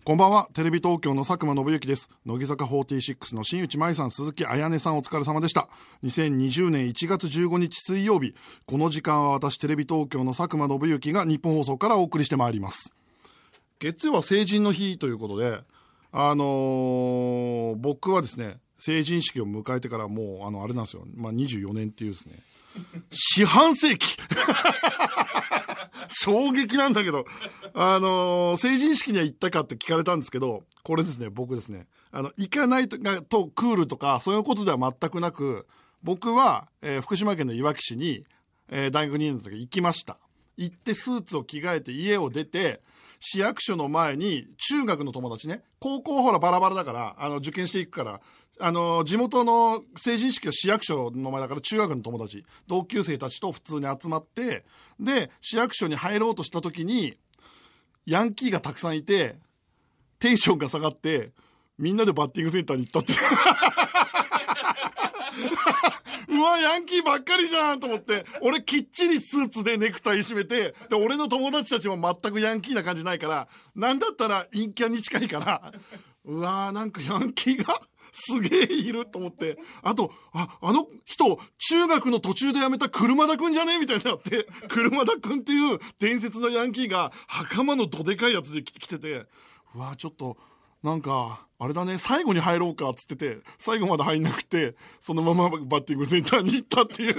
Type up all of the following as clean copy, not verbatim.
こんばんは、テレビ東京の佐久間信之です。乃木坂46の新内舞さん、鈴木彩音さん、お疲れ様でした。2020年1月15日水曜日、この時間は私テレビ東京の佐久間信之が日本放送からお送りしてまいります。月曜は成人の日ということで、僕はですね、成人式を迎えてからもうあれなんですよ、24年っていうですね、四半世紀衝撃なんだけど、成人式には行ったかって聞かれたんですけど、これですね、僕ですね、行かないとクールとかそういうことでは全くなく、僕は、福島県のいわき市に、大学2年の時行きました。行ってスーツを着替えて家を出て、市役所の前に中学の友達ね、高校ほらバラバラだから受験していくから、地元の成人式は市役所の前だから中学の友達、同級生たちと普通に集まって、で、市役所に入ろうとした時に、ヤンキーがたくさんいて、テンションが下がって、みんなでバッティングセンターに行ったって。うわ、ヤンキーばっかりじゃんと思って、俺きっちりスーツでネクタイ締めて、で、俺の友達たちも全くヤンキーな感じないから、なんだったら陰キャに近いから、うわーなんかヤンキーが、すげえいると思って。あと、あの人、中学の途中で辞めた車田くんじゃねえみたいになって、車田くんっていう伝説のヤンキーが、袴のどでかいやつで来てて、うわ、ちょっと、なんか、あれだね、最後に入ろうかっつってて、最後まで入んなくて、そのままバッティングセンターに行ったっていう。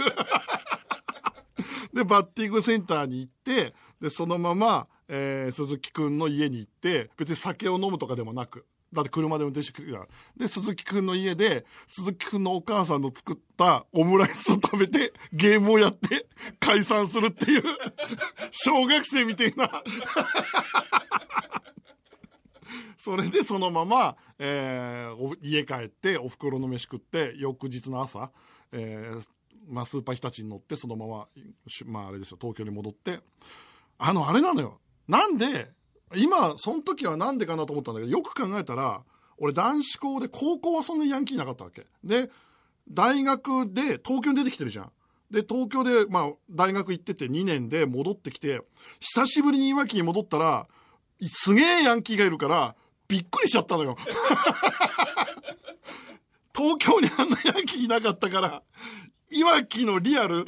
で、バッティングセンターに行って、で、そのまま、鈴木くんの家に行って、別に酒を飲むとかでもなく、だって車で運転してくるから。で、鈴木くんの家で、鈴木くんのお母さんの作ったオムライスを食べて、ゲームをやって、解散するっていう、小学生みたいな。それでそのまま、家帰って、お袋の飯食って、翌日の朝、スーパー日立に乗って、そのまま、あれですよ、東京に戻って、あれなのよ。なんで、今、その時はなんでかなと思ったんだけど、よく考えたら、俺男子校で、高校はそんなにヤンキーなかったわけ。で、大学で、東京に出てきてるじゃん。で、東京で、大学行ってて2年で戻ってきて、久しぶりにいわきに戻ったら、すげえヤンキーがいるから、びっくりしちゃったのよ。東京にあんなヤンキーいなかったから、いわきのリアル。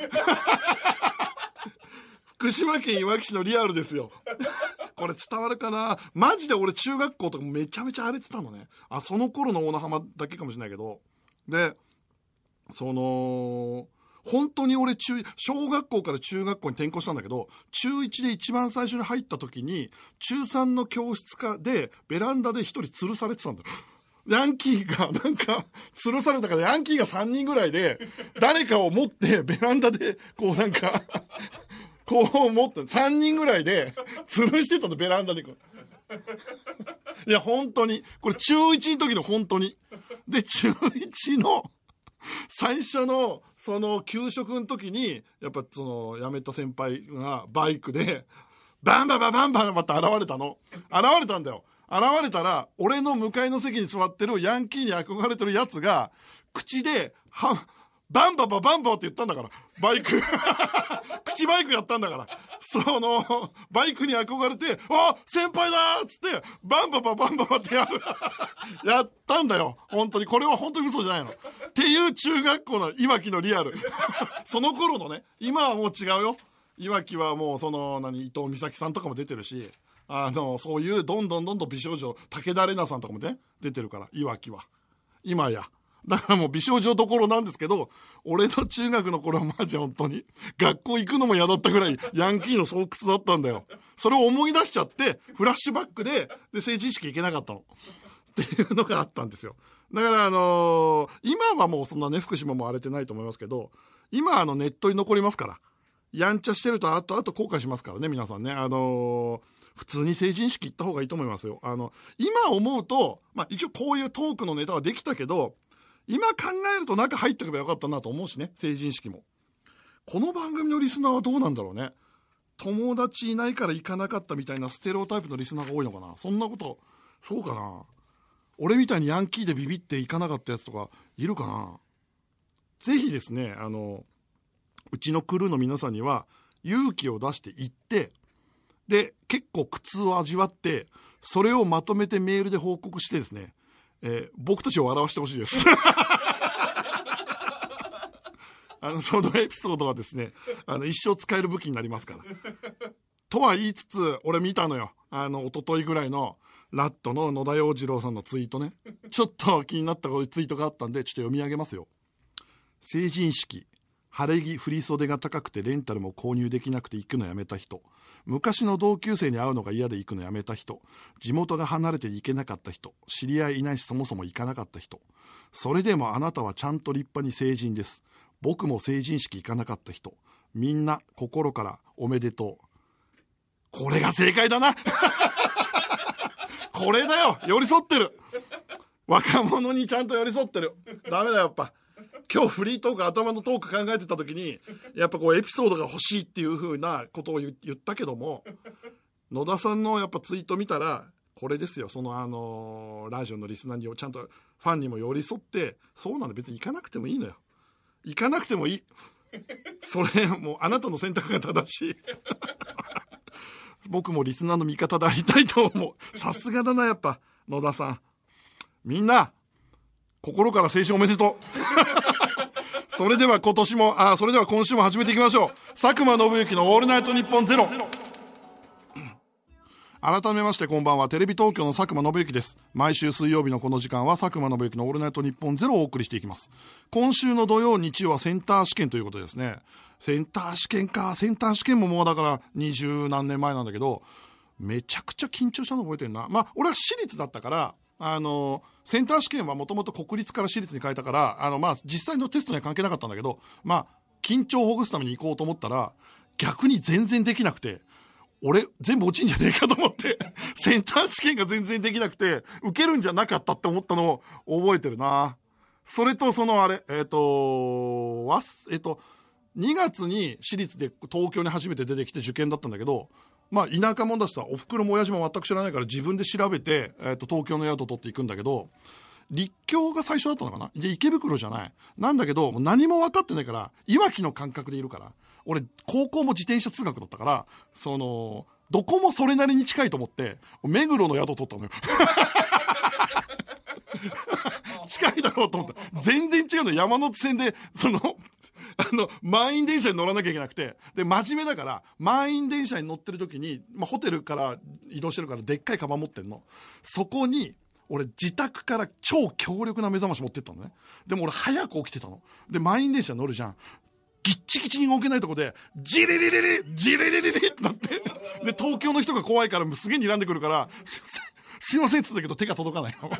福島県いわき市のリアルですよ。これ伝わるかな。マジで俺中学校とかめちゃめちゃ荒れてたのね。その頃の大名浜だけかもしれないけど。で、本当に俺小学校から中学校に転校したんだけど、中1で一番最初に入った時に、中3の教室で、ベランダで一人吊るされてたんだよ。ヤンキーがなんか、吊るされたからヤンキーが3人ぐらいで、誰かを持ってベランダで、こうなんか、こう持って、3人ぐらいで、吊るしてたの、ベランダに。いや、本当に。これ中1の時の本当に。で、中1の、最初の、給食の時に、やっぱ辞めた先輩がバイクで、バンバババンバンバって現れたの。現れたんだよ。現れたら、俺の向かいの席に座ってるヤンキーに憧れてるやつが、口で、バンバババンバって言ったんだから。バイク。口バイクやったんだから。バイクに憧れて、先輩だーっつって、バンバババンババってやったんだよ。本当に。これは本当に嘘じゃないの。っていう中学校のいわきのリアル。その頃のね、今はもう違うよ。いわきはもう伊藤美咲さんとかも出てるし、そういうどんどん美少女、武田玲奈さんとかもね、出てるから、いわきは。今や。だからもう美少女どころなんですけど、俺の中学の頃はマジ本当に、学校行くのも嫌だったぐらいヤンキーの巣窟だったんだよ。それを思い出しちゃって、フラッシュバックで成人式行けなかったの。っていうのがあったんですよ。だから今はもうそんなね、福島も荒れてないと思いますけど、今ネットに残りますから。やんちゃしてると後々後悔しますからね、皆さんね。普通に成人式行った方がいいと思いますよ。今思うと、一応こういうトークのネタはできたけど、今考えると中入っておけばよかったなと思うしね、成人式も。この番組のリスナーはどうなんだろうね。友達いないから行かなかったみたいなステレオタイプのリスナーが多いのかな。そんなこと、そうかな。俺みたいにヤンキーでビビって行かなかったやつとかいるかな。ぜひですね、うちのクルーの皆さんには勇気を出して行って、で、結構苦痛を味わって、 それをまとめてメールで報告してですね、僕たちを笑わせてほしいです。そのエピソードはですね、一生使える武器になりますから。とは言いつつ、俺見たのよ。一昨日ぐらいの、ラットの野田洋次郎さんのツイートね。ちょっと気になったツイートがあったんで、ちょっと読み上げますよ。成人式、晴れ着振り袖が高くてレンタルも購入できなくて行くのやめた人。昔の同級生に会うのが嫌で行くのやめた人。地元が離れて行けなかった人。知り合いいないしそもそも行かなかった人。それでもあなたはちゃんと立派に成人です。僕も成人式行かなかった人。みんな心からおめでとう。これが正解だな。これだよ。寄り添ってる。若者にちゃんと寄り添ってる。ダメだよやっぱ。今日フリートーク、頭のトーク考えてた時に、やっぱこうエピソードが欲しいっていう風なことを言ったけども、野田さんのやっぱツイート見たら、これですよ。そのラジオのリスナーにちゃんとファンにも寄り添って、そうなの別に行かなくてもいいのよ。行かなくてもいい。それもうあなたの選択が正しい。僕もリスナーの味方でありたいと思う。さすがだなやっぱ野田さん。みんな心から青春おめでとう。それでは今週も始めていきましょう。佐久間信之のオールナイトニッポンゼロ。改めましてこんばんは。テレビ東京の佐久間信之です。毎週水曜日のこの時間は佐久間信之のオールナイトニッポンゼロをお送りしていきます。今週の土曜日曜はセンター試験ということですね。センター試験ももうだから20何年前なんだけど、めちゃくちゃ緊張したの覚えてるな。まあ俺は私立だったから、センター試験はもともと国立から私立に変えたから、まあ実際のテストには関係なかったんだけど、まあ緊張をほぐすために行こうと思ったら、逆に全然できなくて、俺全部落ちんじゃねえかと思ってセンター試験が全然できなくて受けるんじゃなかったって思ったのを覚えてるな。それとそのあれ2月に私立で東京に初めて出てきて受験だったんだけど、まあ田舎者だしさ、お袋も親父も全く知らないから自分で調べて東京の宿取っていくんだけど、立教が最初だったのかな。で池袋じゃないなんだけど、何も分かってないからいわきの感覚でいるから、俺高校も自転車通学だったから、どこもそれなりに近いと思って目黒の宿取ったのよ。近いだろうと思った。全然違うの。山手線で満員電車に乗らなきゃいけなくて、で真面目だから満員電車に乗ってる時に、ホテルから移動してるからでっかいカバン持ってんの。そこに俺自宅から超強力な目覚まし持ってったのね。でも俺早く起きてたの。で満員電車乗るじゃん。ギッチギチに動けないとこでジリリリリジリリリリってなって、で東京の人が怖いからすげえ睨んでくるから、すいませんっつったけど手が届かないの。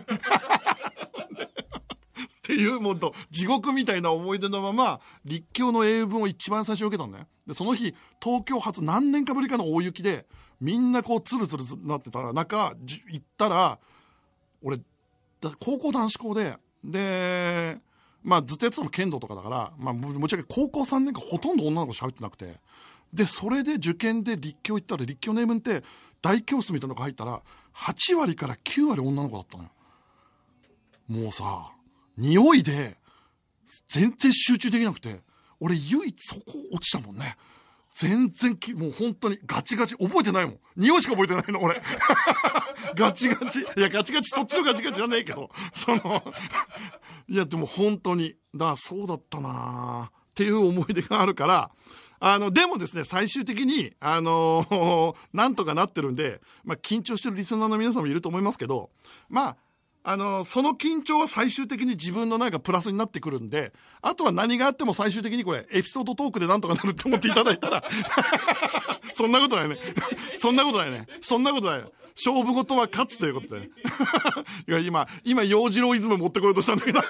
っていうもんと地獄みたいな思い出のまま立教の英文を一番最初受けたんだよ。でその日東京初何年かぶりかの大雪でみんなこうツルツルなってた中行ったら、俺高校男子校でまあずっとやってたの剣道とかだから、まあぶっちゃけ高校3年間ほとんど女の子喋ってなくて、でそれで受験で立教行ったら、立教の英文って大教室みたいなのが入ったら8割から9割女の子だったのよ。もうさ匂いで全然集中できなくて、俺唯一そこ落ちたもんね。全然もう本当にガチガチ覚えてないもん。匂いしか覚えてないの俺。ガチガチ、いやガチガチそっちのガチガチじゃねえけど、いやでも本当にそうだったなっていう思い出があるから、でもですね、最終的になんとかなってるんで、まあ緊張してるリスナーの皆さんもいると思いますけど、まあその緊張は最終的に自分のなんかプラスになってくるんで、あとは何があっても最終的にこれエピソードトークでなんとかなるって思っていただいたらそんなことないね。そんなことないね。そんなことない。勝負事は勝つということで。いや今洋次郎イズム持ってこようとしたんだけど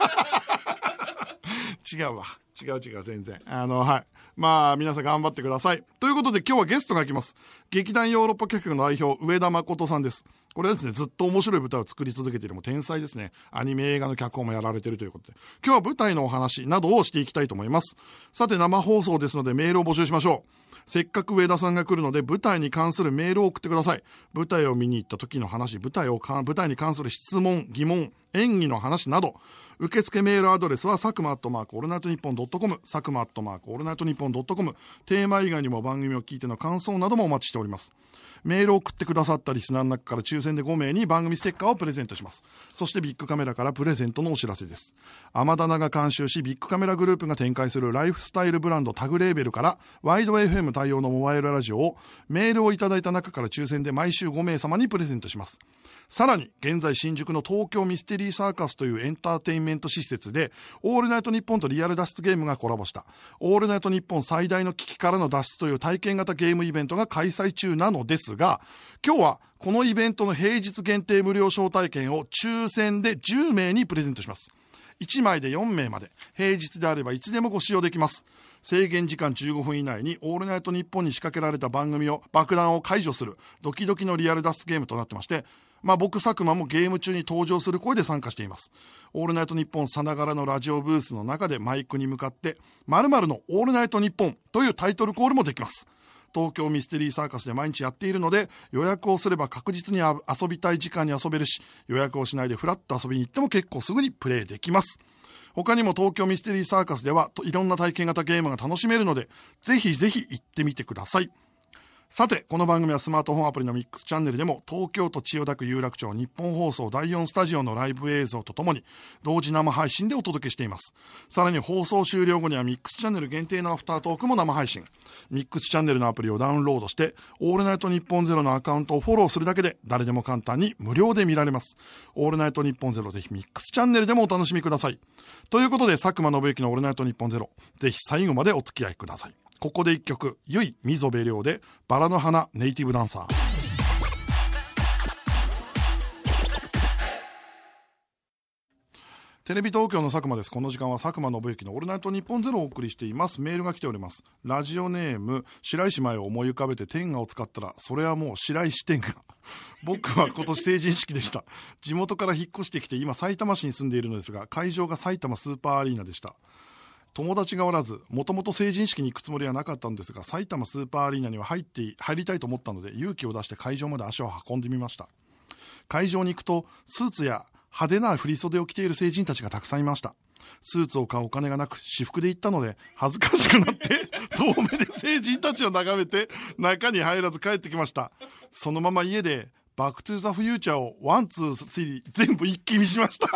違うわ。違う全然。はい。まあ皆さん頑張ってください。ということで今日はゲストが来ます。劇団ヨーロッパ企画の代表上田誠さんです。これはですね、ずっと面白い舞台を作り続けているも天才ですね。アニメ映画の脚本もやられているということで、今日は舞台のお話などをしていきたいと思います。さて生放送ですのでメールを募集しましょう。せっかく上田さんが来るので舞台に関するメールを送ってください。舞台を見に行った時の話、舞台に関する質問、疑問、演技の話など、受付メールアドレスは佐久間@オールナイトニッポン.com、佐久間@オールナイトニッポン.com、テーマ以外にも番組を聞いての感想などもお待ちしております。 メールを送ってくださったリスナーの中から抽選で5名に番組ステッカーをプレゼントします。そしてビッグカメラからプレゼントのお知らせです。天棚が監修しビッグカメラグループが展開するライフスタイルブランドタグレーベルからワイド FM 対応のモバイルラジオをメールをいただいた中から抽選で毎週5名様にプレゼントします。さらに現在新宿の東京ミステリーサーカスというエンターテインメント施設でオールナイトニッポンとリアル脱出ゲームがコラボしたオールナイトニッポン最大の危機からの脱出という体験型ゲームイベントが開催中なのですが、今日はこのイベントの平日限定無料招待券を抽選で10名にプレゼントします。1枚で4名まで、平日であればいつでもご使用できます。制限時間15分以内にオールナイトニッポンに仕掛けられた爆弾を解除するドキドキのリアル脱出ゲームとなってまして、僕佐久間もゲーム中に登場する声で参加しています。オールナイトニッポンさながらのラジオブースの中でマイクに向かって〇〇のオールナイトニッポンというタイトルコールもできます。東京ミステリーサーカスで毎日やっているので予約をすれば確実に遊びたい時間に遊べるし、予約をしないでフラッと遊びに行っても結構すぐにプレイできます。他にも東京ミステリーサーカスではいろんな体験型ゲームが楽しめるのでぜひぜひ行ってみてください。さて、この番組はスマートフォンアプリのミックスチャンネルでも東京都千代田区有楽町日本放送第4スタジオのライブ映像とともに同時生配信でお届けしています。さらに放送終了後にはミックスチャンネル限定のアフタートークも生配信。ミックスチャンネルのアプリをダウンロードしてオールナイトニッポンゼロのアカウントをフォローするだけで誰でも簡単に無料で見られます。オールナイトニッポンゼロぜひミックスチャンネルでもお楽しみください。ということで佐久間信之のオールナイトニッポンゼロ、ぜひ最後までお付き合いください。ここで一曲、ゆいみぞべりょうでバラの花ネイティブダンサー。テレビ東京の佐久間です。この時間は佐久間信之のオールナイトニッポンゼロをお送りしています。メールが来ております。ラジオネーム白石麻衣を思い浮かべて天下を使ったらそれはもう白石天下。僕は今年成人式でした。地元から引っ越してきて今埼玉市に住んでいるのですが、会場が埼玉スーパーアリーナでした。友達がおらず、もともと成人式に行くつもりはなかったんですが、埼玉スーパーアリーナには入りたいと思ったので勇気を出して会場まで足を運んでみました。会場に行くとスーツや派手な振袖を着ている成人たちがたくさんいました。スーツを買うお金がなく私服で行ったので恥ずかしくなって遠目で成人たちを眺めて中に入らず帰ってきました。そのまま家でバックトゥーザフューチャーを1、2、3全部一気見しました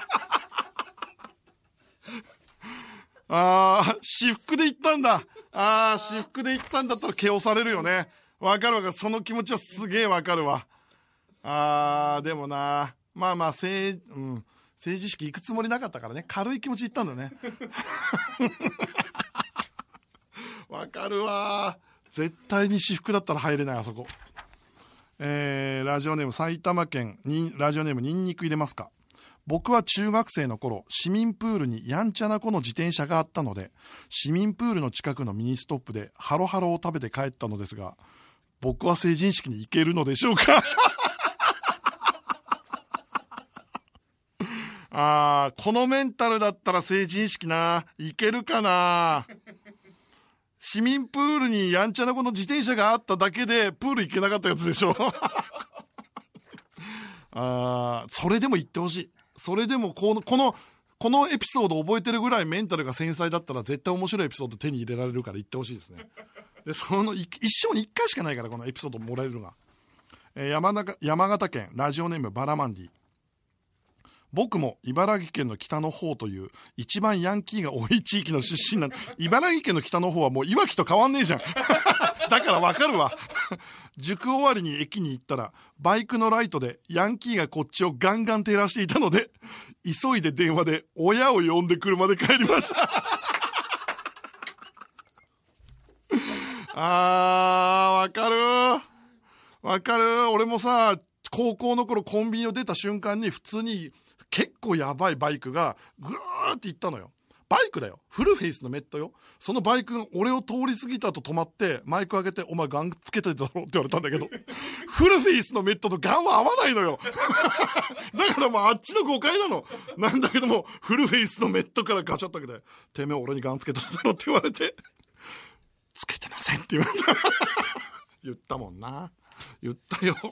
私服で行ったんだ。私服で行ったんだったら毛をされるよね。わかるわかる。その気持ちはすげえわかるわ。でもな、成人式行くつもりなかったからね。軽い気持ちで行ったんだね。わかるわ。絶対に私服だったら入れない、あそこ。ラジオネーム埼玉県に、ラジオネームニンニク入れますか。僕は中学生の頃、市民プールにやんちゃな子の自転車があったので、市民プールの近くのミニストップでハロハロを食べて帰ったのですが、僕は成人式に行けるのでしょうかこのメンタルだったら成人式な、行けるかな。市民プールにやんちゃな子の自転車があっただけでプール行けなかったやつでしょそれでも行ってほしい。それでもこのエピソード覚えてるぐらいメンタルが繊細だったら絶対面白いエピソード手に入れられるから言ってほしいですね。で一生に一回しかないからこのエピソードもらえるのが、山形県ラジオネームバラマンディ。僕も茨城県の北の方という一番ヤンキーが多い地域の出身なん茨城県の北の方はもういわきと変わんねえじゃんだからわかるわ塾終わりに駅に行ったらバイクのライトでヤンキーがこっちをガンガン照らしていたので急いで電話で親を呼んで車で帰りましたわかる。俺もさ高校の頃コンビニを出た瞬間に普通に結構やばいバイクがぐーって行ったのよ。バイクだよ。フルフェイスのメットよ。そのバイクが俺を通り過ぎた後止まってマイク上げてお前ガンつけといただろって言われたんだけどフルフェイスのメットとガンは合わないのよだからもうあっちの誤解なのなんだけどもフルフェイスのメットからガチャッと開けててめえ俺にガンつけといただろって言われてつけてませんって言われた言ったもんな。言ったよ。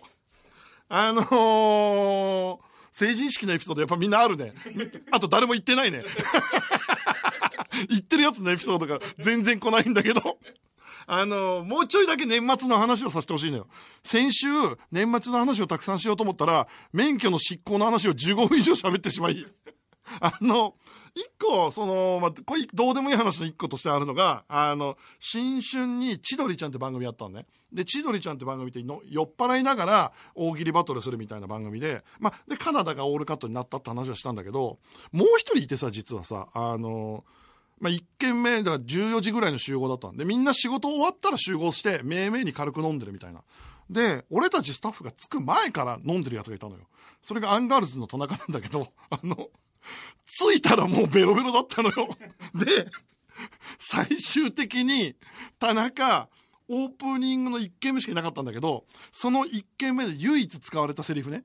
成人式のエピソードやっぱみんなあるね。あと誰も言ってないね。言ってるやつのエピソードが全然来ないんだけど。 もうちょいだけ年末の話をさせてほしいのよ。先週、年末の話をたくさんしようと思ったら、免許の執行の話を15分以上喋ってしまい、一個、これどうでもいい話の一個としてあるのが、新春に千鳥ちゃんって番組やったのね。で、千鳥ちゃんって番組って酔っ払いながら大喜利バトルするみたいな番組で、で、カナダがオールカットになったって話はしたんだけど、もう一人いてさ、実はさ、1軒目、だから14時ぐらいの集合だったんで、みんな仕事終わったら集合して、めいめいに軽く飲んでるみたいな。で、俺たちスタッフが着く前から飲んでるやつがいたのよ。それがアンガールズの田中なんだけど、着いたらもうベロベロだったのよ。で、最終的に田中、オープニングの1軒目しかいなかったんだけど、その1軒目で唯一使われたセリフね。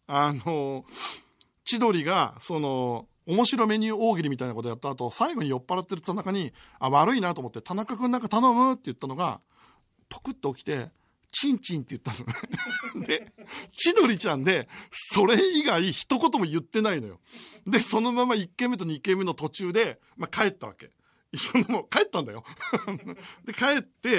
千鳥が、面白メニュー大喜利みたいなことやった後、最後に酔っ払ってる田中に、悪いなと思って、田中くんなんか頼むって言ったのが、ポクッと起きて、チンチンって言ったの。で、千鳥ちゃんで、それ以外一言も言ってないのよ。で、そのまま1軒目と2軒目の途中で、帰ったわけ。もう帰ったんだよ。で、帰って、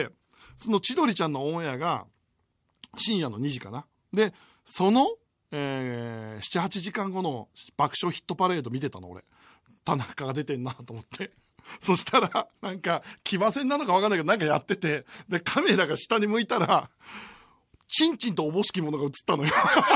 その千鳥ちゃんのオンエアが、深夜の2時かな。で、その、7、8時間後の爆笑ヒットパレード見てたの、俺。田中が出てんなと思って。そしたら、なんか、騎馬戦なのかわかんないけど、なんかやってて、で、カメラが下に向いたら、チンチンとおぼしきものが映ったのよ。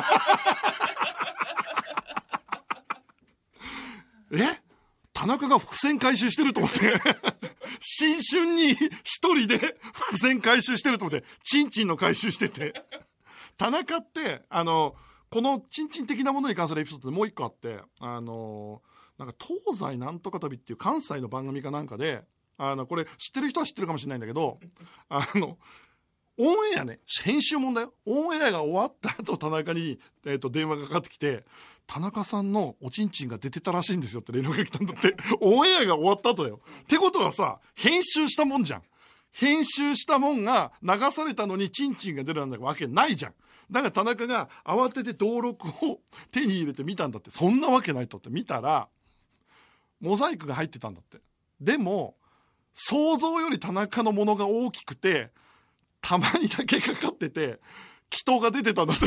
田中が伏線回収してると思って。新春に一人で伏線回収してると思って、チンチンの回収してて。田中って、このチンチン的なものに関するエピソードでもう一個あって、なんか東西なんとか旅っていう関西の番組かなんかで、これ知ってる人は知ってるかもしれないんだけど、オンエアね、編集もんだよ。オンエアが終わった後、田中に、電話がかかってきて、田中さんのおちんちんが出てたらしいんですよって連絡が来たんだって。オンエアが終わった後だよ。ってことはさ、編集したもんじゃん。編集したもんが流されたのにチンチンが出るなんてわけないじゃん。だから田中が慌てて登録を手に入れて見たんだって。そんなわけないとって見たら、モザイクが入ってたんだって。でも、想像より田中のものが大きくて、たまにだけかかってて、祈祷が出てたんだって。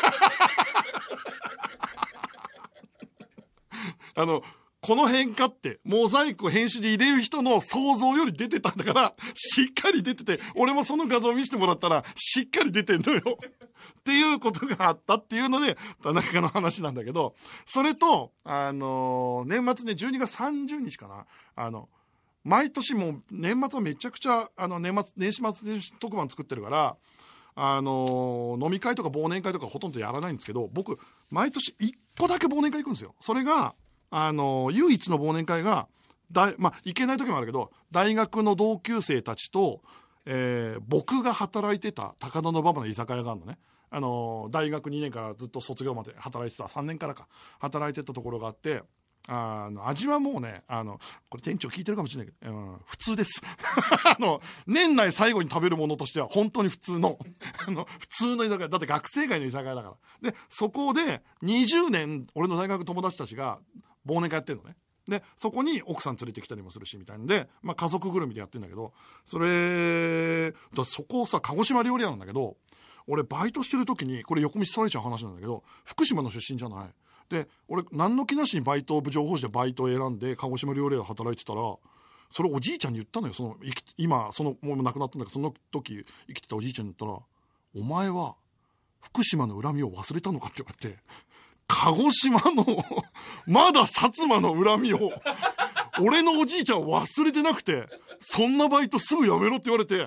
この辺かって、モザイクを編集で入れる人の想像より出てたんだから、しっかり出てて、俺もその画像を見せてもらったら、しっかり出てんのよ。っていうことがあったっていうので、田中の話なんだけど、それと、年末ね、12月30日かな。毎年もう、年末はめちゃくちゃ、年始末年始特番作ってるから、飲み会とか忘年会とかほとんどやらないんですけど、僕、毎年1個だけ忘年会行くんですよ。それが、唯一の忘年会が、行けない時もあるけど、大学の同級生たちと、僕が働いてた高田馬場の居酒屋があるのね。大学2年からずっと卒業まで働いてた、3年からか、働いてたところがあって、味はもうね、これ店長聞いてるかもしれないけど、普通です。年内最後に食べるものとしては本当に普通の、普通の居酒屋、だって学生街の居酒屋だから。で、そこで20年、俺の大学友達たちが忘年会やってんのね。で、そこに奥さん連れてきたりもするし、みたいなんで、家族ぐるみでやってんだけど、そこをさ、鹿児島料理屋なんだけど、俺バイトしてる時に、これ横道されちゃう話なんだけど、福島の出身じゃない。で、俺、何の気なしにバイト、情報誌でバイトを選んで、鹿児島料理屋で働いてたら、それおじいちゃんに言ったのよ。今、もう亡くなったんだけど、その時、生きてたおじいちゃんに言ったら、お前は、福島の恨みを忘れたのかって言われて、鹿児島の、まだ薩摩の恨みを、俺のおじいちゃんは忘れてなくて、そんなバイトすぐやめろって言われて、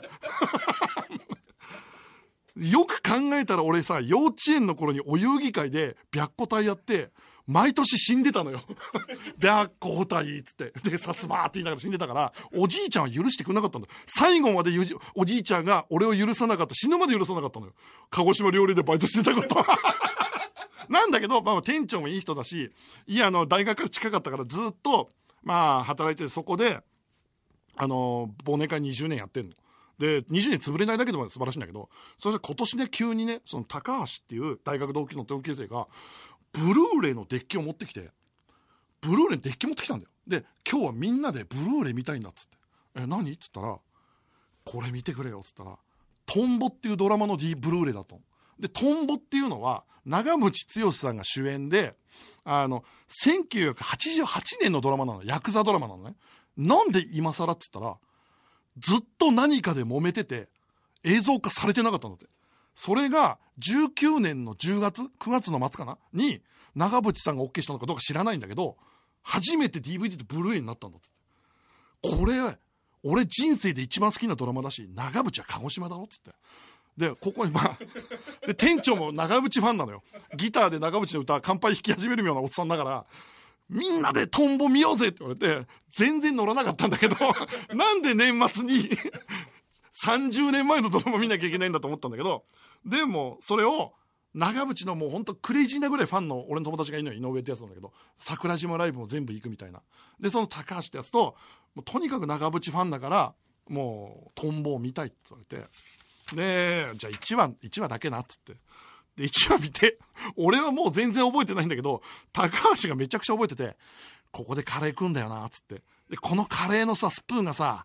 よく考えたら俺さ、幼稚園の頃にお遊戯会で白虎隊やって、毎年死んでたのよ。白虎隊っつって。で、薩摩って言いながら死んでたから、おじいちゃんは許してくれなかったんだ。最後までおじいちゃんが俺を許さなかった。死ぬまで許さなかったのよ。鹿児島料理でバイトしてたこと。なんだけど、店長もいい人だし、大学から近かったからずっと、働いてそこで、忘年会20年やってんの。で、20年潰れないだけでも素晴らしいんだけど、そして今年ね、急にね、その高橋っていう大学同級生が、ブルーレイのデッキを持ってきて、ブルーレイのデッキ持ってきたんだよ。で、今日はみんなでブルーレイ見たいんだっつって。何っつったら、 これ見てくれよっつったら、トンボっていうドラマのブルーレイだと。で、トンボっていうのは長渕剛さんが主演で、1988年のドラマなの。ヤクザドラマなのね。なんで今更っつったら、ずっと何かで揉めてて映像化されてなかったんだって。それが19年の10月9月の末かなに長渕さんが OK したのかどうか知らないんだけど、初めて DVD とブルーレイになったんだって。これ俺人生で一番好きなドラマだし、長渕は鹿児島だろっつって。で、ここにで、店長も長渕ファンなのよ。ギターで長渕の歌、乾杯弾き始めるようなおっさんだから、みんなでトンボ見ようぜって言われて、全然乗らなかったんだけど、なんで年末に30年前のドラマ見なきゃいけないんだと思ったんだけど、でも、それを、長渕のもうほんとクレイジーなぐらいファンの俺の友達がいるのよ、井上ってやつなんだけど、桜島ライブも全部行くみたいな。で、その高橋ってやつと、もうとにかく長渕ファンだから、もう、トンボを見たいって言われて、で、じゃあ1話だけなっつって。で、1話見て、俺はもう全然覚えてないんだけど、高橋がめちゃくちゃ覚えてて、ここでカレー食うんだよなっつって。で、このカレーのさ、スプーンがさ、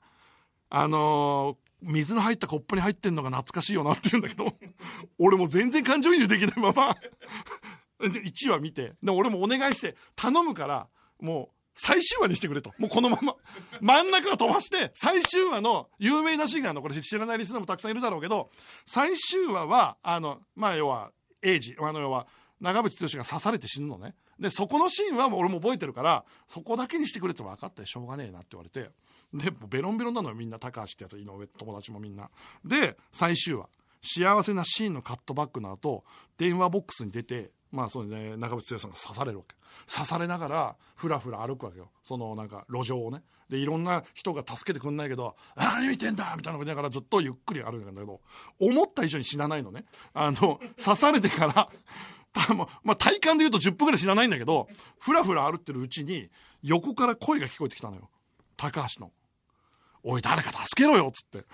水の入ったコップに入ってんのが懐かしいよなって言うんだけど、俺もう全然感情移入できないままで1話見て、で俺もお願いして頼むから、もう最終話にしてくれと。もうこのまま真ん中を飛ばして最終話の有名なシーンがあるの。これ知らないリスナーもたくさんいるだろうけど、最終話は要は英二、要は長渕剛が刺されて死ぬのね。でそこのシーンはもう俺も覚えてるから、そこだけにしてくれって分かったよ、しょうがねえなって言われて、でベロンベロンなのよみんな。高橋ってやつ、井上友達もみんなで、最終話幸せなシーンのカットバックの後、電話ボックスに出て、そうね、長渕剛さんが刺されるわけ。刺されながらふらふら歩くわけよ、そのなんか路上をね。でいろんな人が助けてくんないけど、何見てんだみたいなこと言いながらずっとゆっくり歩くんだけど、思った以上に死なないのね。刺されてから体感で言うと10分ぐらい死なないんだけど、ふらふら歩ってるうちに横から声が聞こえてきたのよ、高橋の。おい誰か助けろよっつって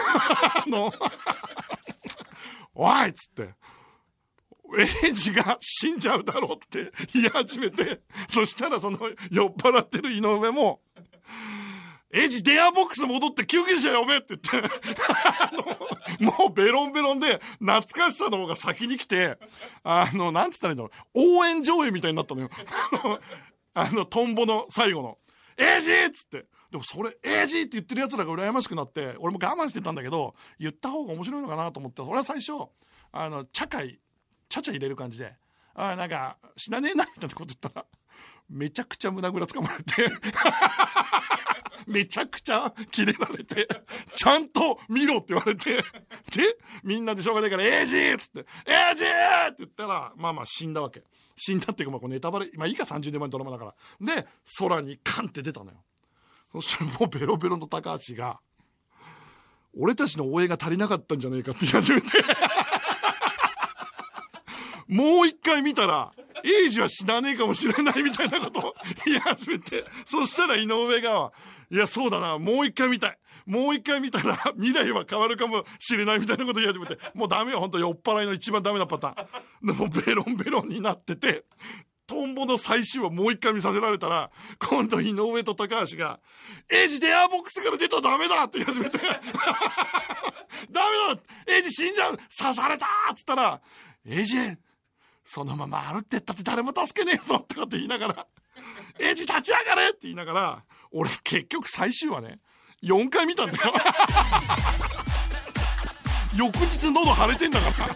おいっつって、エイジが死んじゃうだろうって言い始めて、そしたらその酔っ払ってる井上も、エイジ電話ボックス戻って救急車呼べって言ってもうベロンベロンで懐かしさの方が先に来て、なんつったらいいんだろう、応援上映みたいになったのよトンボの最後のエイジっつって。でもそれエイジって言ってる奴らが羨ましくなって、俺も我慢してたんだけど、言った方が面白いのかなと思って、俺は最初ちゃちゃ入れる感じで、なんか死なねえなみたいなこと言ったら、めちゃくちゃ胸ぐらつかまれてめちゃくちゃキレられて、ちゃんと見ろって言われて、でみんなでしょうがないからエイジーっつってエイジーって言ったら、死んだわけ。死んだっていうか、こうネタバレ、いいか、30年前のドラマだから。で空にカンって出たのよ。そしたらもうベロベロの高橋が、俺たちの応援が足りなかったんじゃねえかって言い始めてもう一回見たらエイジは死なねえかもしれないみたいなことを言い始めて、そしたら井上が、いやそうだな、もう一回見たい、もう一回見たら未来は変わるかもしれないみたいなことを言い始めて、もうダメよ、本当酔っ払いの一番ダメなパターンでもうベロンベロンになってて、トンボの最終話もう一回見させられたら、今度井上と高橋がエイジ電話ボックスから出たらダメだって言い始めてダメだ、エイジ死んじゃう、刺されたっつったら、エイジそのまま歩ってったって誰も助けねえぞってこと言いながら、エイジ立ち上がれって言いながら、俺結局最終話ね4回見たんだよ翌日喉腫れてんだから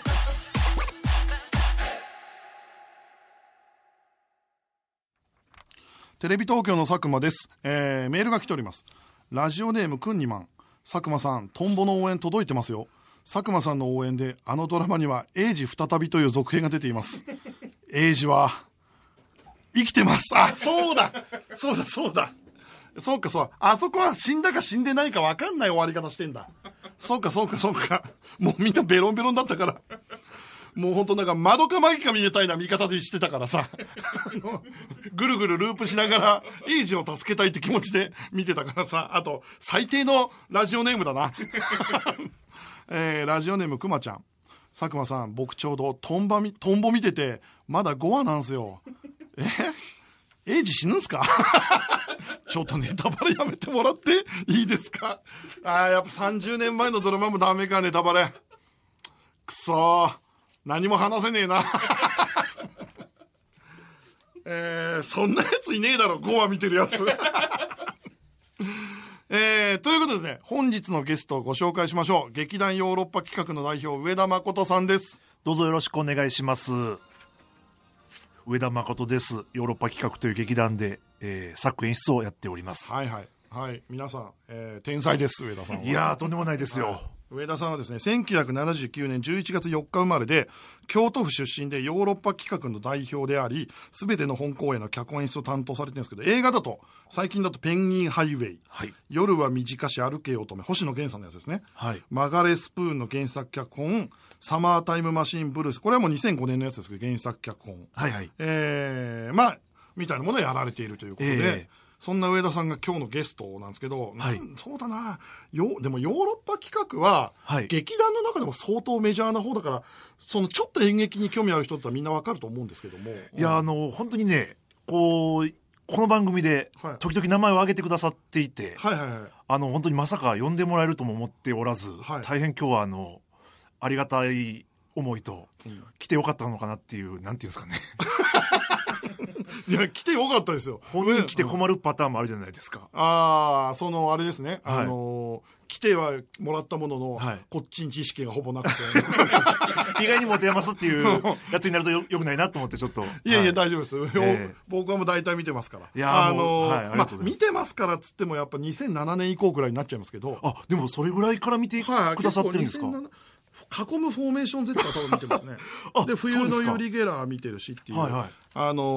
テレビ東京の佐久間です。メールが来ております。ラジオネームくんにまん。佐久間さん、トンボの応援届いてますよ。佐久間さんの応援であのドラマにはエイジ再びという続編が出ています。エイジは生きてます。そうだそうか、あそこは死んだか死んでないか分かんない終わり方してんだ。そうかもうみんなベロンベロンだったから、もうほんとなんか窓かマギか見えたいな見方でしてたからさぐるぐるループしながらエイジを助けたいって気持ちで見てたからさ。あと最低のラジオネームだなラジオネームくまちゃん。佐久間さん、僕ちょうどトンボ見ててまだ5話なんすよ。 エイジ死ぬんすかちょっとネタバレやめてもらっていいですか？やっぱ30年前のドラマもダメか、ネタバレ。くそー。何も話せねえな。そんなやついねえだろ、5話見てるやつ。ということですね、本日のゲストをご紹介しましょう。劇団ヨーロッパ企画の代表、上田誠さんです。 どうぞよろしくお願いします。上田誠です。ヨーロッパ企画という劇団で、作演出をやっております。 はいはいはい、皆さん、天才です、上田さんは。 いやー、とんでもないですよ。 上田さんはですね、1979年11月4日生まれで、京都府出身でヨーロッパ企画の代表であり、すべての本公演の脚本演出を担当されてるんですけど、映画だと、最近だとペンギンハイウェイ、 はい、 夜は短し歩け乙女、星野源さんのやつですね、 はい、 マガレスプーンの原作脚本、サマータイムマシンブルース、これはもう2005年のやつですけど、原作脚本。 はいはい。 まあ、みたいなものをやられているということで、そんな上田さんが今日のゲストなんですけど、 はい、 そうだな、でもヨーロッパ企画は、はい、劇団の中でも相当メジャーな方だから、そのちょっと演劇に興味ある人ってみんなわかると思うんですけども。 いや、本当にね、この番組で時々名前を挙げてくださっていて、 はいはいはい、 本当にまさか呼んでもらえるとも思っておらず、 はい、 大変今日はありがたい思いと、来てよかったのかなっていう、なんていうんですかね。 いや、来てよかったですよ。 本人来て困るパターンもあるじゃないですか。 あれですね。来てはもらったものの、はい、こっちに知識がほぼなくて。 意外に持て余すっていうやつになるとよくないなと思ってちょっと。 いやいや、大丈夫ですよ。僕はもう大体見てますから。 いや見てますからっつってもやっぱ2007年以降くらいになっちゃいますけど。 でもそれぐらいから見てくださってるんですか？ 囲むフォーメーション Z は多分見てますね。で、冬のユリ・ゲラー見てるしっていう。 はいはい、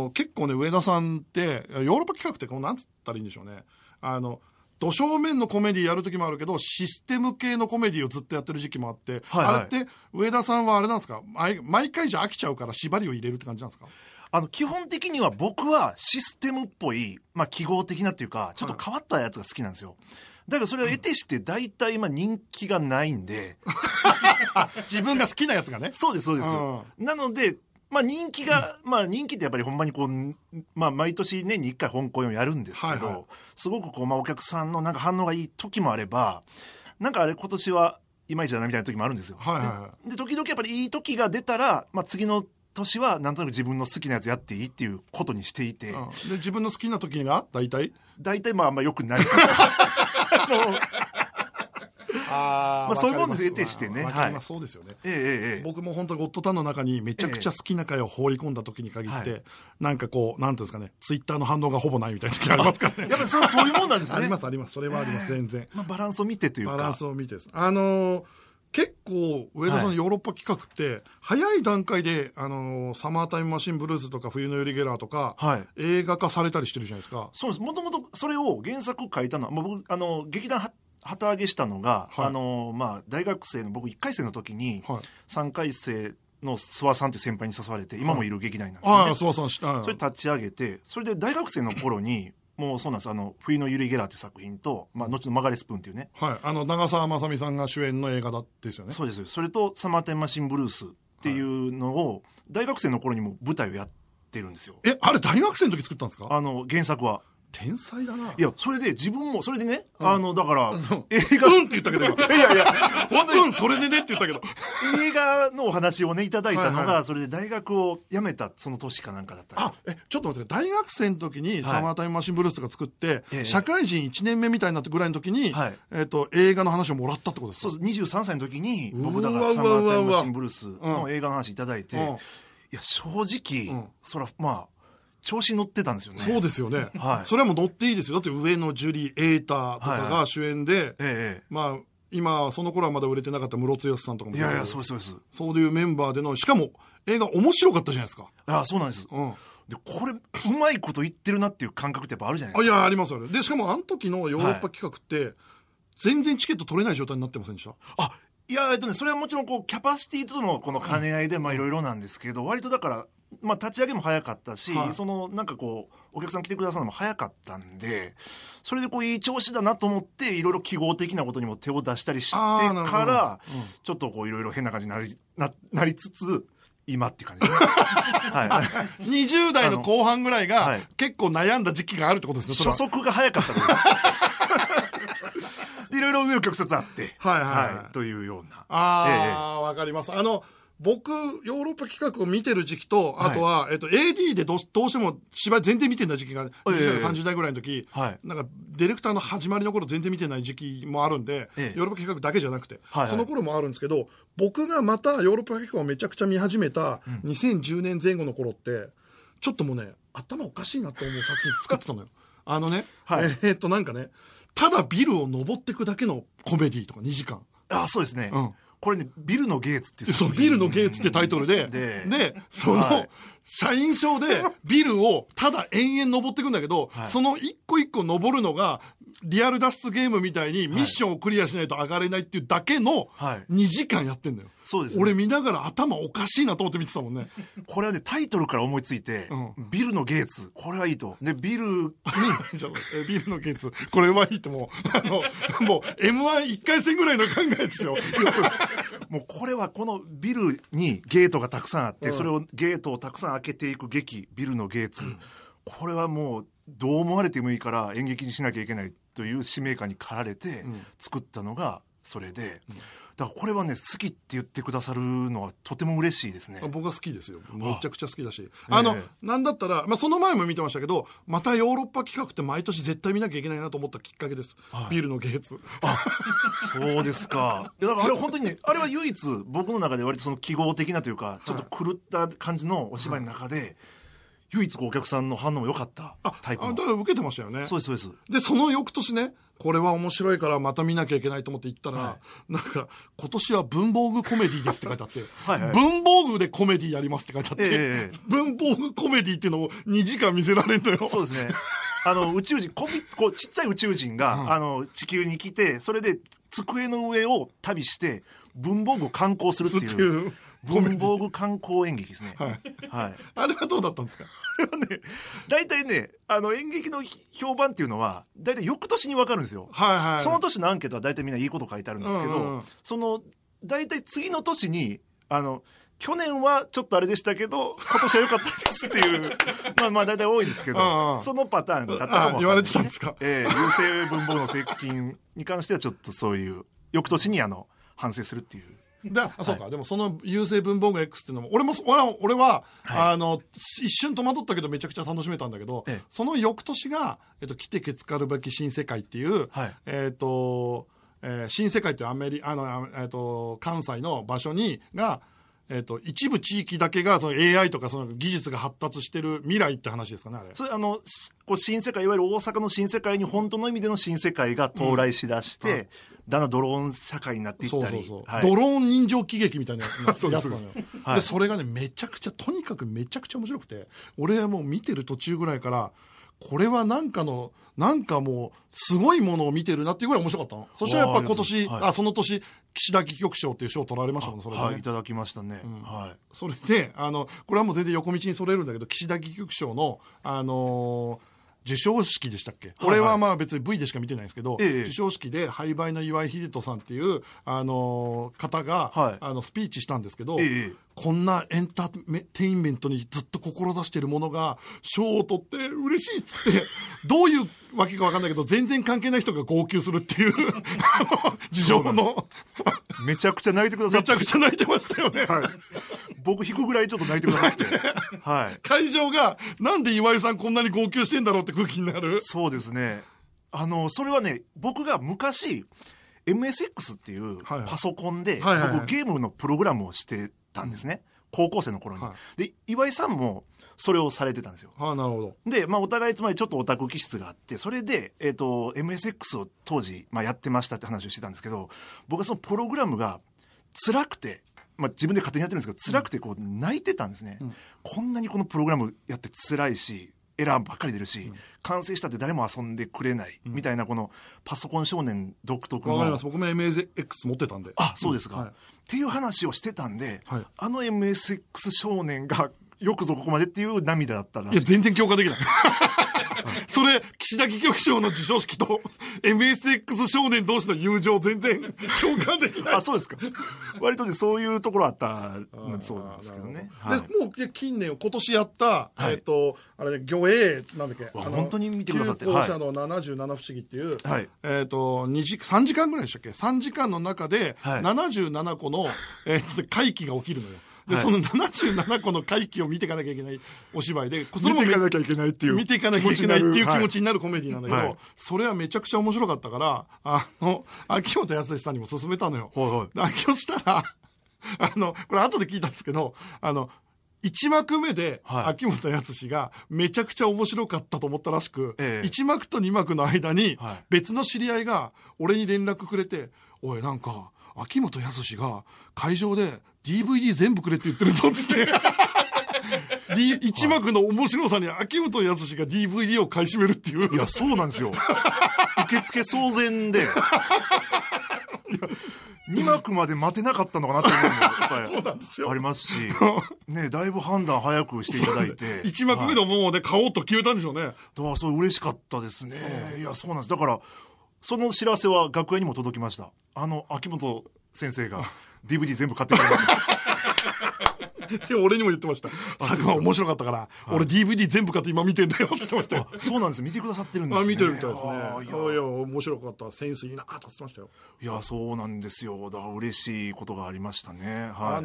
結構ね、上田さんって、ヨーロッパ企画ってなんつったらいいんでしょうね。土正面のコメディやる時もあるけど、システム系のコメディをずっとやってる時期もあって、はいはい、あれって、上田さんはあれなんですか、毎回じゃ飽きちゃうから縛りを入れるって感じなんですか？ 基本的には僕はシステムっぽい、記号的なっていうか、ちょっと変わったやつが好きなんですよ。だからそれを得てして大体人気がないんで。 自分が好きなやつがね。 そうですそうです。なので、人気が、人気ってやっぱりほんまに毎年年に1回本公演をやるんですけど、はいはい、すごくお客さんの反応がいい時もあれば、あれ今年はいまいちだなみたいな時もあるんですよ。 はいはいはい、 で時々やっぱりいい時が出たら、次の年はなんとなく自分の好きなやつやっていいっていうことにしていて。 で自分の好きな時が大体あんま良くない。そういうもので得てしてね。 そうですよね。僕も本当ゴッドタンの中にめちゃくちゃ好きな回を放り込んだ時に限って、なんていうんですかね、ツイッターの反応がほぼないみたいな時ありますからね。 やっぱりそういうもんなんですね。 ありますあります。それはあります、全然。 バランスを見てというか。 バランスを見てです。結構上田さんのヨーロッパ企画って早い段階で、サマータイムマシンブルースとか冬のユリ・ゲラーとか、映画化されたりしてるじゃないですか。 そうです。もともとそれを原作書いたのは、僕劇団旗揚げしたのが、大学生の僕1回生の時に、3回生の諏訪さんという先輩に誘われて、今もいる劇団なんですよね。 諏訪さん、 それ立ち上げて、それで大学生の頃にもうそうなんです。冬のユリ・ゲラーという作品と、後のマガレスプーンっていうね。 はい。長澤まさみさんが主演の映画ですよね。 そうです。それと、サマータイムマシンブルースっていうのを、大学生の頃にも舞台をやってるんですよ。 あれ大学生の時作ったんですか？ 原作は。 天才だな。 いや、それで自分も、それでね、だから、 映画、って言ったけど、いや、本当に、それでねって言ったけど。 映画のお話をね、いただいたのが、それで大学を辞めた、その年かなんかだった。 ちょっと待って、大学生の時に、サマータイムマシンブルースとか作って、社会人1年目みたいになったぐらいの時に、映画の話をもらったってことですか？ そうです。23歳の時に、僕だからサマータイムマシンブルースの映画の話いただいて、いや、正直、そら、調子乗ってたんですよね。 そうですよね。それはもう乗っていいですよ。だって上野樹里、瑛太とかが主演で、今、その頃はまだ売れてなかったムロツヨシさんとかも。 いや、そうです。 そういうメンバーでの、しかも映画面白かったじゃないですか。 そうなんです。で、これ、うまいこと言ってるなっていう感覚ってやっぱあるじゃないですか。 いや、ありますよね。で、しかもあの時のヨーロッパ企画って、全然チケット取れない状態になってませんでした？ いや、それはもちろん、キャパシティとのこの兼ね合いで、いろいろなんですけど、割とだから、立ち上げも早かったし、お客さん来てくださるのも早かったんで、それでいい調子だなと思って、いろいろ記号的なことにも手を出したりしてから、ちょっといろいろ変な感じになりつつ、 今っていう感じですね。はい。 20代の後半ぐらいが、 はい結構悩んだ時期があるってことですね、それは初速が早かったというでいろいろ紆余曲折あって、 はいはいはいというような。 わかります。僕、ヨーロッパ企画を見てる時期と、あとは、AD でどうしても芝居全然見てない時期が、20代、30代ぐらいの時、 はいなんか、ディレクターの始まりの頃全然見てない時期もあるんで、ヨーロッパ企画だけじゃなくて、 はいはいその頃もあるんですけど、僕がまたヨーロッパ企画をめちゃくちゃ見始めた2010年前後の頃って、ちょっともうね、頭おかしいなって思う作品作ってたのよ。 はいなんかね、ただビルを登っていくだけのコメディとか2時間。 あ、そうですね。 うんこれね、ビルのゲイツっていうそう、ビルのゲイツってタイトルで、 でその、 はい、 社員証でビルをただ延々登っていくんだけど、 はい、 その一個一個登るのが、リアル脱出ゲームみたいにミッションをクリアしないと上がれないっていうだけの2時間やってんだよ。 そうですね。 俺見ながら頭おかしいなと思って見てたもんね。 これはね、タイトルから思いついて、ビルのゲイツ、これはいいと。で、ビルに、 ビルのゲイツ、これはいいともう、もう M11 回戦ぐらいの考えですよ。 もうこれはこのビルにゲートがたくさんあって、それをゲートをたくさん開けていく劇、ビルのゲイツ。これはもうどう思われてもいいから演劇にしなきゃいけないという使命感に駆られて作ったのがそれで、だからこれはね、好きって言ってくださるのはとても嬉しいですね。 僕は好きですよ。めちゃくちゃ好きだし。なんだったら、その前も見てましたけど、またヨーロッパ企画って毎年絶対見なきゃいけないなと思ったきっかけです。ビルのゲイツ。 そうですか。だからあれ本当にね、あれは唯一僕の中で割とその記号的なというか、ちょっと狂った感じのお芝居の中で、唯一お客さんの反応も良かったタイプの。 だから受けてましたよね。 そうです、そうです。 で、その翌年ね、これは面白いからまた見なきゃいけないと思って行ったら、なんか、今年は文房具コメディですって書いてあって、文房具でコメディやりますって書いてあって、文房具コメディっていうのを2時間見せられるのよ。 そうですね。宇宙人、こうちっちゃい宇宙人が、地球に来て、それで机の上を旅して、文房具を観光するっていう。文房具観光演劇ですね。はい。 あれはどうだったんですか？ あれはね、大体ね、演劇の評判っていうのは、大体翌年に分かるんですよ。その年のアンケートは大体みんないいこと書いてあるんですけど、大体次の年に、去年はちょっとあれでしたけど、今年は良かったですっていう、まあ大体多いですけど、そのパターンだったかも。 言われてたんですか？ 優勢文房具の請求に関してはちょっとそういう、翌年に反省するっていう。 そうか。でもその優勢文房具 X っていうのも、俺は、一瞬戸惑ったけどめちゃくちゃ楽しめたんだけど、その翌年が、来てけつかるべき新世界っていう、新世界っていう関西の場所が、一部地域だけがその AI とかその技術が発達してる未来って話ですかね、あれ。 それ新世界、いわゆる大阪の新世界に本当の意味での新世界が到来しだして、だんだんドローン社会になっていったり。 ドローン人情喜劇みたいなやつなのよ。 で、 それがね、とにかくめちゃくちゃ面白くて、俺はもう見てる途中ぐらいから、これはなんかもう、すごいものを見てるなっていうぐらい面白かったの。そしたらやっぱ今年、その年、岸田戯曲賞っていう賞を取られましたもん、それで、ね。 いただきましたね。 それで、これはもう全然横道にそれるんだけど、岸田戯曲賞の、授賞式でしたっけ？俺はまあ別に V でしか見てないんですけど、授賞式で廃売の岩井秀人さんっていう、方が、スピーチしたんですけど、こんなエンターテインメントにずっと志しているものが賞を取って嬉しいっつって、どういうわけかわかんないけど、全然関係ない人が号泣するっていう、事情の。 めちゃくちゃ泣いてくださって。 めちゃくちゃ泣いてましたよね。 僕引くぐらいちょっと泣いてくださって。 会場が、なんで岩井さんこんなに号泣してんだろうって空気になる。 そうですね。それはね、僕が昔、MSX っていうパソコンで、僕ゲームのプログラムをしてたんですね。高校生の頃に。で、岩井さんもそれをされてたんですよ。 なるほど。 で、お互いつまりちょっとオタク気質があって、それで、MSX を当時、やってましたって話をしてたんですけど、僕はそのプログラムが辛くて、自分で勝手にやってるんですけど、辛くて泣いてたんですね。こんなにこのプログラムやって辛いし、エラーばっかり出るし、完成したって誰も遊んでくれない、みたいなこのパソコン少年独特の。 わかります。僕も MSX 持ってたんで。 そうですか。っていう話をしてたんで、MSX 少年がよくぞここまでっていう涙だったらいや、全然共感できない。それ、岸田戯曲賞の授賞式と MSX 少年同士の友情全然共感できない。 あ、そうですか。割とね、そういうところあったそうなんですけどね。はい、 でもう近年、今年やった、 はい、 あれね、魚影、なんだっけ、 本当に見てくださって。 旧校舎の77不思議っていう、 はい、 3時間ぐらいでしたっけ ?3 時間の中で、77個の、怪奇が起きるのよ。で、はい、その77個の怪奇を見ていかなきゃいけないお芝居で、 それも見ていかなきゃいけないっていう。 見ていかなきゃいけないっていう気持ちになるコメディなんだけど、はい、それはめちゃくちゃ面白かったから、秋元康さんにも勧めたのよ。 はいはい。 そしたら、これ後で聞いたんですけど、1幕目で秋元康がめちゃくちゃ面白かったと思ったらしく、1幕と2幕の間に別の知り合いが俺に連絡くれて、おいなんか秋元康が会場で DVD 全部くれって言ってるぞっつって1幕の面白さに秋元康が DVD を買い占めるっていう。 いやそうなんですよ。受付騒然で2幕まで待てなかったのかなって思うのもやっぱりそうなんですよありますし、ね、だいぶ判断早くしていただいて 1幕目でもうね、買おうと決めたんでしょうね。 だからそう嬉しかったですね。いやそうなんです。だからその知らせは楽屋にも届きました。秋元先生が DVD 全部買ってくれましたで俺にも言ってました。作品は面白かったから、はい、俺 DVD 全部買って今見てんだよって言ってましたよ。 そうなんです。見てくださってるんですね。 見てるみたいですね。いや面白かった。センスいいなと言ってましたよ。 いやそうなんですよ。だから嬉しいことがありましたね。 はい、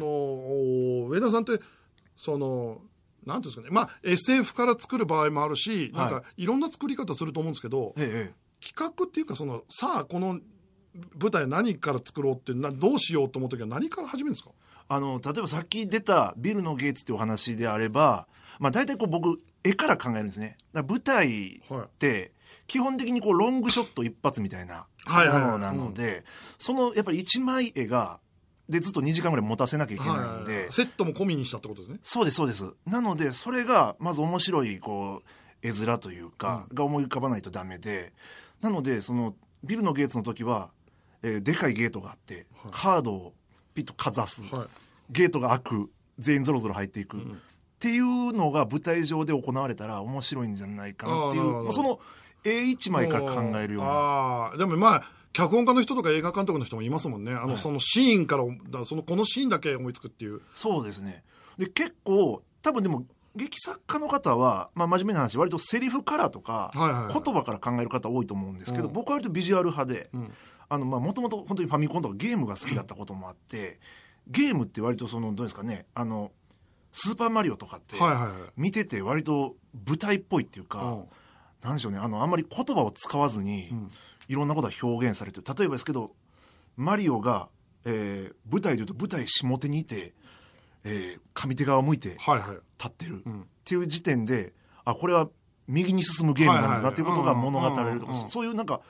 上田さんってなんていうんですかね、まあ SF から作る場合もあるし、なんかいろんな作り方すると思うんですけど、企画っていうかさあこの舞台何から作ろうってどうしようと思うときは何から始めるんですか？ 例えばさっき出たビルのゲイツっていうお話であれば、まあ、大体僕絵から考えるんですね。だから舞台って基本的にロングショット一発みたいなものなので、やっぱり一枚絵がでずっと2時間ぐらい持たせなきゃいけないんで、 セットも込みにしたってことですね。 そうですそうです。なのでそれがまず面白い絵面というか、が思い浮かばないとダメで、なのでビルのゲーツの時は、でかいゲートがあって、カードをピッとかざす、ゲートが開く、全員ゾロゾロ入っていく、っていうのが舞台上で行われたら面白いんじゃないかなっていう、その絵一枚から考えるような。 でもまあ脚本家の人とか映画監督の人もいますもんね。そのシーンからこのシーンだけ思いつくっていう。 そうですね。で結構多分でも劇作家の方は、まあ、真面目な話割とセリフからとか、言葉から考える方多いと思うんですけど、僕は割とビジュアル派で、もともと本当にファミコンとかゲームが好きだったこともあって、ゲームって割とどうですかね、スーパーマリオとかって見てて割と舞台っぽいっていうか、なんでしょうね、あんまり言葉を使わずにいろんなことが表現されてる。例えばですけどマリオが、舞台でいうと舞台下手にいて、上手側を向いて立ってるっていう時点で、これは右に進むゲームなんだなっていうことが物語れるとか、そういうなんか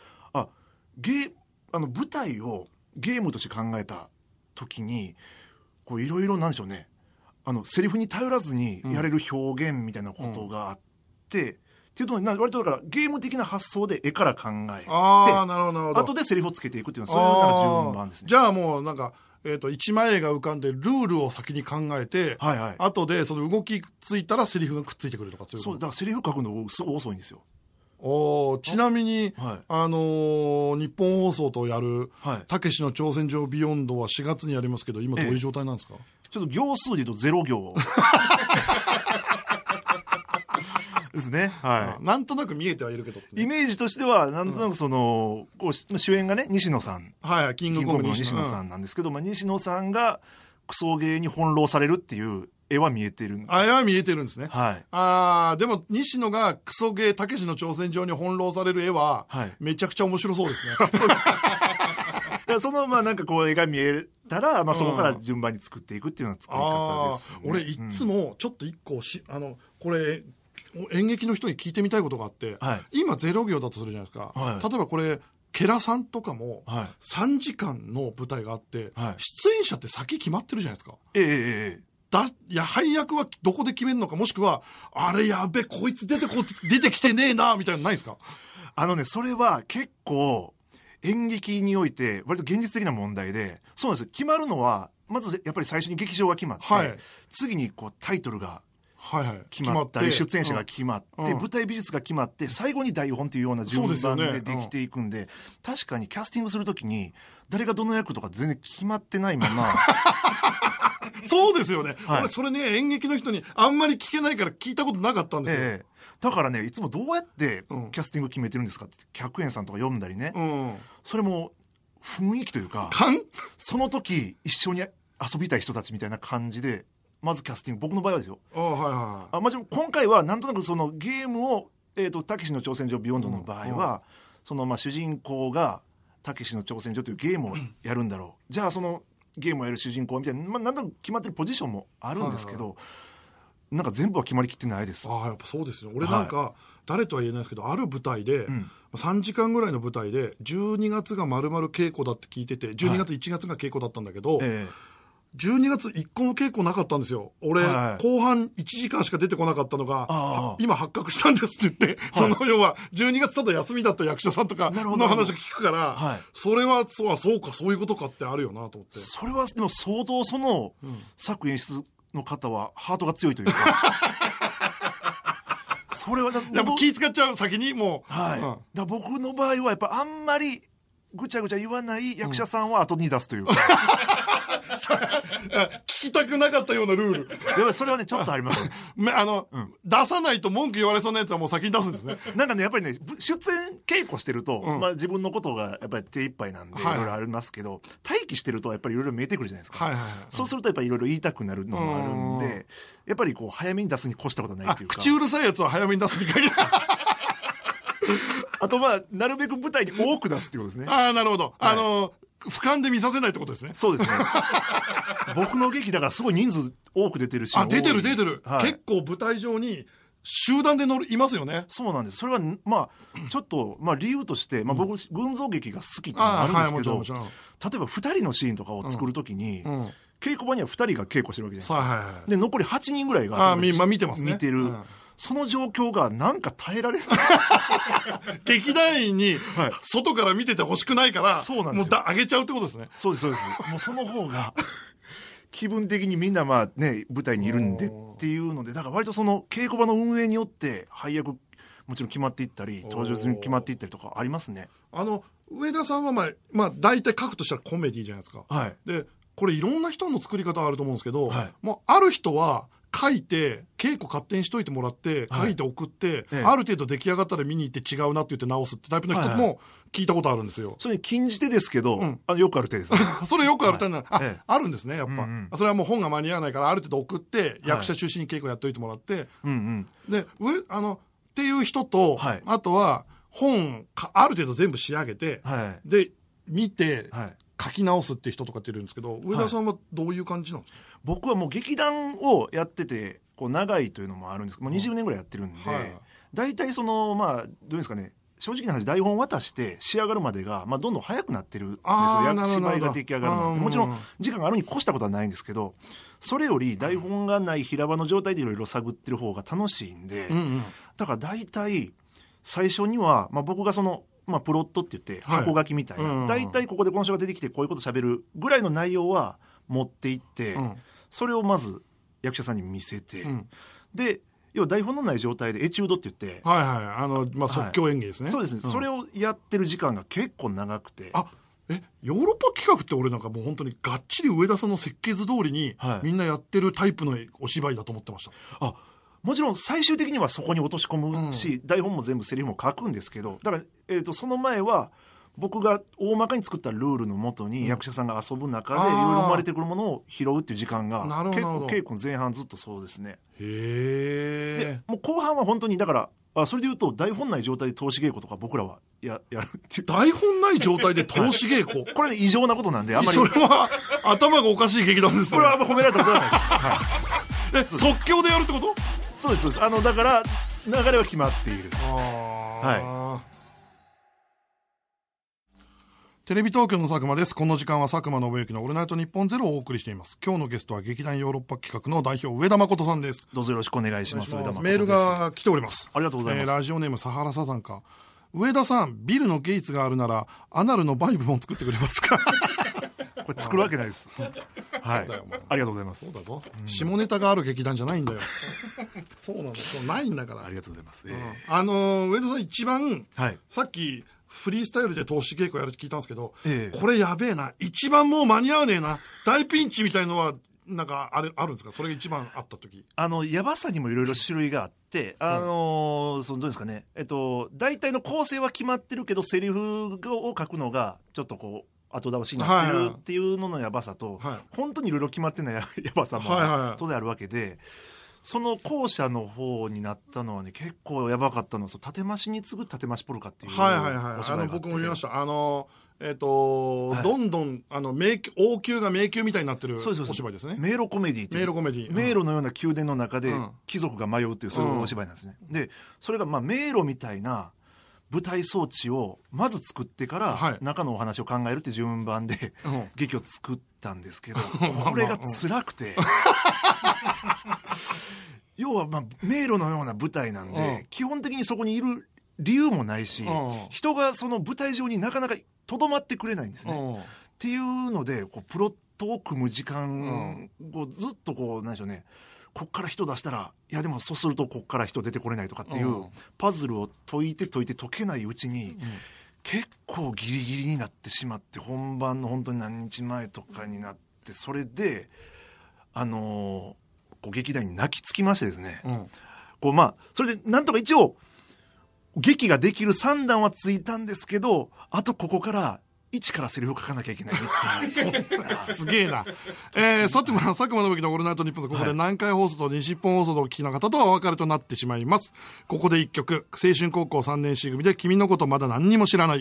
舞台をゲームとして考えた時にいろいろなんでしょうね、セリフに頼らずにやれる表現みたいなことがあって、っていうのに割とだからゲーム的な発想で絵から考えて、後でセリフをつけていくっていうのはそういうなんか順番ですね。 じゃあもうなんか一枚絵が浮かんでルールを先に考えて、後でその動きついたらセリフがくっついてくるとか。 そうだからセリフ書くのすごい遅いんですよ。 ちなみに、日本放送とやるたけしの挑戦状ビヨンドは4月にやりますけど、今どういう状態なんですか？ ちょっと行数で言うと0行ですね。 なんとなく見えてはいるけど、 イメージとしてはなんとなく主演がね西野さん、 キングコングの西野さんなんですけど、西野さんがクソゲーに翻弄されるっていう絵は見えてるんです。 絵は見えてるんですね。でも西野がクソゲーたけしの挑戦状に翻弄される絵は、めちゃくちゃ面白そうですね。 そうですなんか絵が見えたら、そこから順番に作っていくっていうような作り方ですね。 俺いつもちょっと一個これ演劇の人に聞いてみたいことがあって、今0行だとするじゃないですか。例えばこれケラさんとかも3時間の舞台があって、出演者って先決まってるじゃないですか。配役はどこで決めるのか、もしくはあれやべこいつ出てきてねえなみたいなのないですか？ それは結構演劇において割と現実的な問題で、そうなんですよ。決まるのはまずやっぱり最初に劇場が決まって、次にタイトルがはいはい、 決まったり、出演者が決まって、 うん舞台美術が決まって、最後に台本っていうような順番でできていくんで、確かにキャスティングするときに、誰がどの役とか全然決まってないまま。 そうですよね。 はい俺、それね、演劇の人にあんまり聞けないから聞いたことなかったんですよ。 だからね、いつもどうやってキャスティング決めてるんですかって、客演さんとか読んだりね。 うん。 それも、雰囲気というか、その時、一緒に遊びたい人たちみたいな感じで、まずキャスティング、僕の場合はですよ。 はいはい。 もちろん今回はなんとなくそのゲームを、たけしの挑戦状ビヨンドの場合は、その主人公がたけしの挑戦状というゲームをやるんだろう。じゃあそのゲームをやる主人公みたいな、なんとなく決まってるポジションもあるんですけど、なんか全部は決まりきってないです。 やっぱそうですよ。俺なんか、誰とは言えないですけど、ある舞台で、3時間ぐらいの舞台で、12月が丸々稽古だって聞いてて、12月、1月が稽古だったんだけど、12月1個も稽古なかったんですよ。俺、後半1時間しか出てこなかったのが、今発覚したんですって言って、その要は、12月ただ休みだった役者さんとかの話を聞くから、それは、そうか、そういうことかってあるよなと思って。 それは、でも相当その、作演出の方は、ハートが強いというか。それは、 やっぱ気使っちゃう、先にもう。だ僕の場合は、やっぱあんまり、ぐちゃぐちゃ言わない役者さんは後に出すというか。 聞きたくなかったようなルール。 でもそれはね、ちょっとありますね。 出さないと文句言われそうなやつはもう先に出すんですね。 なんかね、やっぱりね、出演稽古してると、自分のことがやっぱり手一杯なんで、いろいろありますけど、待機してるとやっぱりいろいろ見えてくるじゃないですか。そうするとやっぱりいろいろ言いたくなるのもあるんで、やっぱりこう、早めに出すに越したことないっていうか。 口うるさいやつは早めに出すに限ります。 あとなるべく舞台に多く出すってことですね。 なるほど。俯瞰で見させないってことですね。 そうですね。僕の劇だからすごい人数多く出てるし。 出てる。結構舞台上に集団でいますよね。 そうなんです。それは、ちょっと、理由として、僕、群像劇が好きっていうのがあるんですけど、例えば2人のシーンとかを作るときに、稽古場には2人が稽古してるわけじゃないですか。で、残り8人ぐらいが、 見てますね。 見てる。その状況がなんか耐えられない。 劇団員に外から見ててほしくないから、もう上げちゃうってことですね。 そうです、そうです。もうその方が、気分的にみんな舞台にいるんでっていうので、だから割とその稽古場の運営によって配役もちろん決まっていったり、登場順決まっていったりとかありますね。 上田さんは大体書くとしたらコメディじゃないですか。で、これいろんな人の作り方あると思うんですけど、もうある人は、書いて、稽古勝手にしといてもらって、書いて送って、ある程度出来上がったら見に行って違うなって言って直すってタイプの人も聞いたことあるんですよ。 それ禁じ手ですけど、よくある手です。 それよくある手な、あるんですね、やっぱ。それはもう本が間に合わないから、ある程度送って、役者中心に稽古やっといてもらって、で、っていう人と、あとは、本、ある程度全部仕上げて、で、見て、書き直すっていう人とかっているんですけど、上田さんはどういう感じなんですか？ 僕はもう劇団をやってて、長いというのもあるんですけど、もう20年ぐらいやってるんで、大体どうですかね、正直な話、台本渡して仕上がるまでが、どんどん早くなってるんですよ。芝居が出来上がるので。もちろん、時間があるに越したことはないんですけど、それより台本がない平場の状態でいろいろ探ってる方が楽しいんで、だから大体、最初には、僕がプロットって言って、箱書きみたいな、大体ここでこの人が出てきてこういうこと喋るぐらいの内容は持っていって、それをまず役者さんに見せて、で、要は台本のない状態でエチュードって言って、 即興演芸ですね。 そうですね。それをやってる時間が結構長くて。 ヨーロッパ企画って俺なんかもう本当にがっちり上田さんの設計図通りに、みんなやってるタイプのお芝居だと思ってました。 もちろん最終的にはそこに落とし込むし、台本も全部セリフも書くんですけど、だから、その前は、僕が大まかに作ったルールのもとに役者さんが遊ぶ中でいろいろ生まれてくるものを拾うっていう時間が結構稽古の前半ずっとそうですね。でもう後半は本当にだからそれでいうと台本ない状態で通し稽古とか僕らはやるっていう。 台本ない状態で通し稽古これ異常なことなんであんまり。 それは頭がおかしい劇団ですね。 これはあんま褒められたことはないです。 即興でやるってこと？ そうです、そうです。だから流れは決まっている。 テレビ東京の佐久間です。この時間は佐久間信之のオールナイト日本ゼロをお送りしています。今日のゲストは劇団ヨーロッパ企画の代表上田誠さんです。 どうぞよろしくお願いします。上田誠です。 メールが来ております。 ありがとうございます。 ラジオネームサハラサザンか。上田さん、ビルのゲイツがあるならアナルのバイブも作ってくれますか？ これ作るわけないです。 はい、ありがとうございます。 そうだぞ、下ネタがある劇団じゃないんだよそうなんだ、そうないんだから。 ありがとうございます。 上田さん一番、さっきフリースタイルで投資稽古やるって聞いたんですけど、これやべえな、一番もう間に合わねえな、大ピンチみたいのはなんかあるんですか？それが一番あった時。 やばさにもいろいろ種類があって、どうですかね、大体の構成は決まってるけど、セリフを書くのがちょっとこう後倒しになってるっていうののやばさと、本当にいろいろ決まってないやばさも当然あるわけで、その後者の方になったのはね、結構やばかったのは、縦増しに次ぐ縦増しポルカっていうお芝居があって、 僕も見ました。どんどん王宮が迷宮みたいになってるお芝居ですね。 迷路コメディっていう、迷路のような宮殿の中で貴族が迷うっていう、そういうお芝居なんですね。でそれが迷路みたいな舞台装置をまず作ってから中のお話を考えるっていう順番で劇を作ったんですけど、これが辛くて要は迷路のような舞台なんで、基本的にそこにいる理由もないし、人がその舞台上になかなかとどまってくれないんですね。っていうのでプロットを組む時間をずっとなんでしょうね、こっから人出したら、いやでもそうするとこっから人出てこれないとかっていうパズルを解いて解けないうちに、結構ギリギリになってしまって、本番の本当に何日前とかになって、それで劇団に泣きつきましてですね、それでなんとか一応劇ができる算段はついたんですけど、あとここから一からセリフを書かなきゃいけないすげえな。佐久間信樹のオールナイトニッポンで、ここで南海放送と西日本放送でお聞きの方とはお別れとなってしまいます。ここで一曲、青春高校3年 C 組で君のことまだ何にも知らない。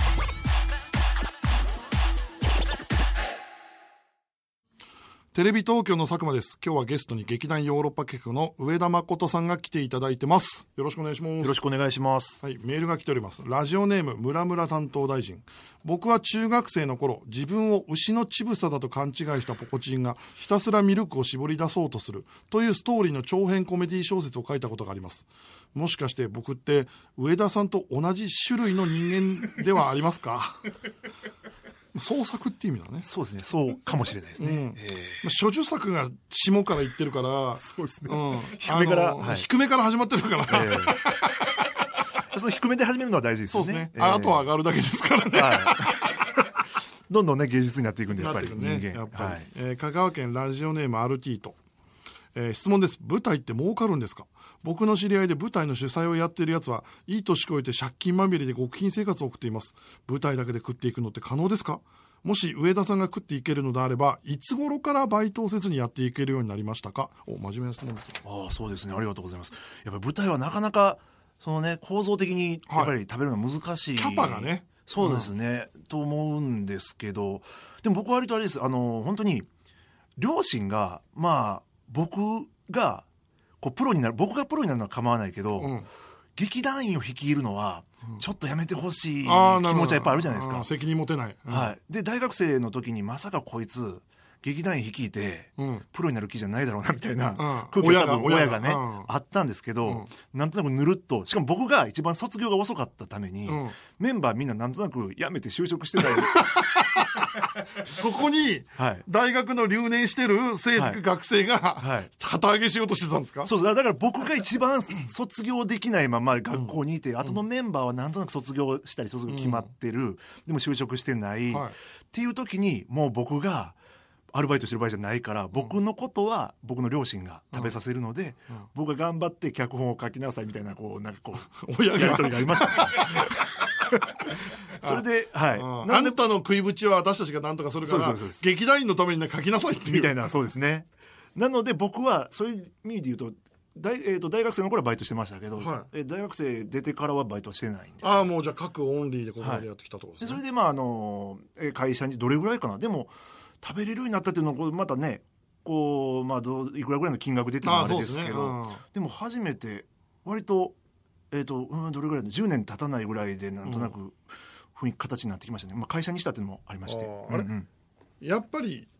テレビ東京の佐久間です。今日はゲストに劇団ヨーロッパ企画の上田誠さんが来ていただいてます。よろしくお願いします。 よろしくお願いします。 はい、メールが来ております。ラジオネーム村村担当大臣。僕は中学生の頃、自分を牛の乳房だと勘違いしたポコチンがひたすらミルクを絞り出そうとするというストーリーの長編コメディ小説を書いたことがあります。もしかして僕って上田さんと同じ種類の人間ではありますか？創作って意味だね。 そうですね、そうかもしれないですね。 諸女作が下から言ってるから、 そうですね、低めから、 低めから始まってるから、 その低めで始めるのは大事ですよね。 そうですね、あとは上がるだけですからね、 どんどんね芸術になっていくんで、やっぱり人間、 やっぱり香川県ラジオネームアルティート。質問です。舞台って儲かるんですか？僕の知り合いで舞台の主催をやっているやつはいい年越えて借金まみれで極貧生活を送っています。舞台だけで食っていくのって可能ですか？もし上田さんが食っていけるのであれば、いつ頃からバイトをせずにやっていけるようになりましたか？真面目な質問ですよ。 そうですね、ありがとうございます。やっぱり舞台はなかなか構造的にやっぱり食べるのは難しい、 キャパがね、 そうですね、と思うんですけど、でも僕は割とあれです。本当に両親が僕がプロになる、僕がプロになるのは構わないけど、劇団員を率いるのはちょっとやめてほしい気持ちはやっぱあるじゃないですか。 責任持てない、 で大学生の時にまさかこいつ劇団員率いて、プロになる気じゃないだろうなみたいな空気が多分親がね、あったんですけど、なんとなくぬるっと、しかも僕が一番卒業が遅かったために、メンバーみんななんとなく辞めて就職してたりそこに大学の留年してる学生が旗揚げしようとしてたんですか？ そうだから僕が一番卒業できないまま学校にいて、後のメンバーはなんとなく卒業したり卒業決まってる、でも就職してない、っていう時にもう僕がアルバイトしてる場合じゃないから、僕のことは僕の両親が食べさせるので、僕が頑張って脚本を書きなさいみたいな親やり取りがありました、それで、 あんたの食いぶちは私たちが何とかするから、劇団員のために書きなさいっていうみたいな。そうですね。なので僕はそういう意味で言うと大学生の頃はバイトしてましたけど、大学生出てからはバイトしてないんで。 もうじゃあ各オンリーでここまでやってきたところですね。 それで会社にどれぐらいかな、でも食べれるようになったっていうのはまたね、いくらぐらいの金額出てるのはあれですけど、でも初めて割とどれぐらいの10年経たないぐらいでなんとなく形になってきましたね。会社にしたっていうのもありまして、 やっぱり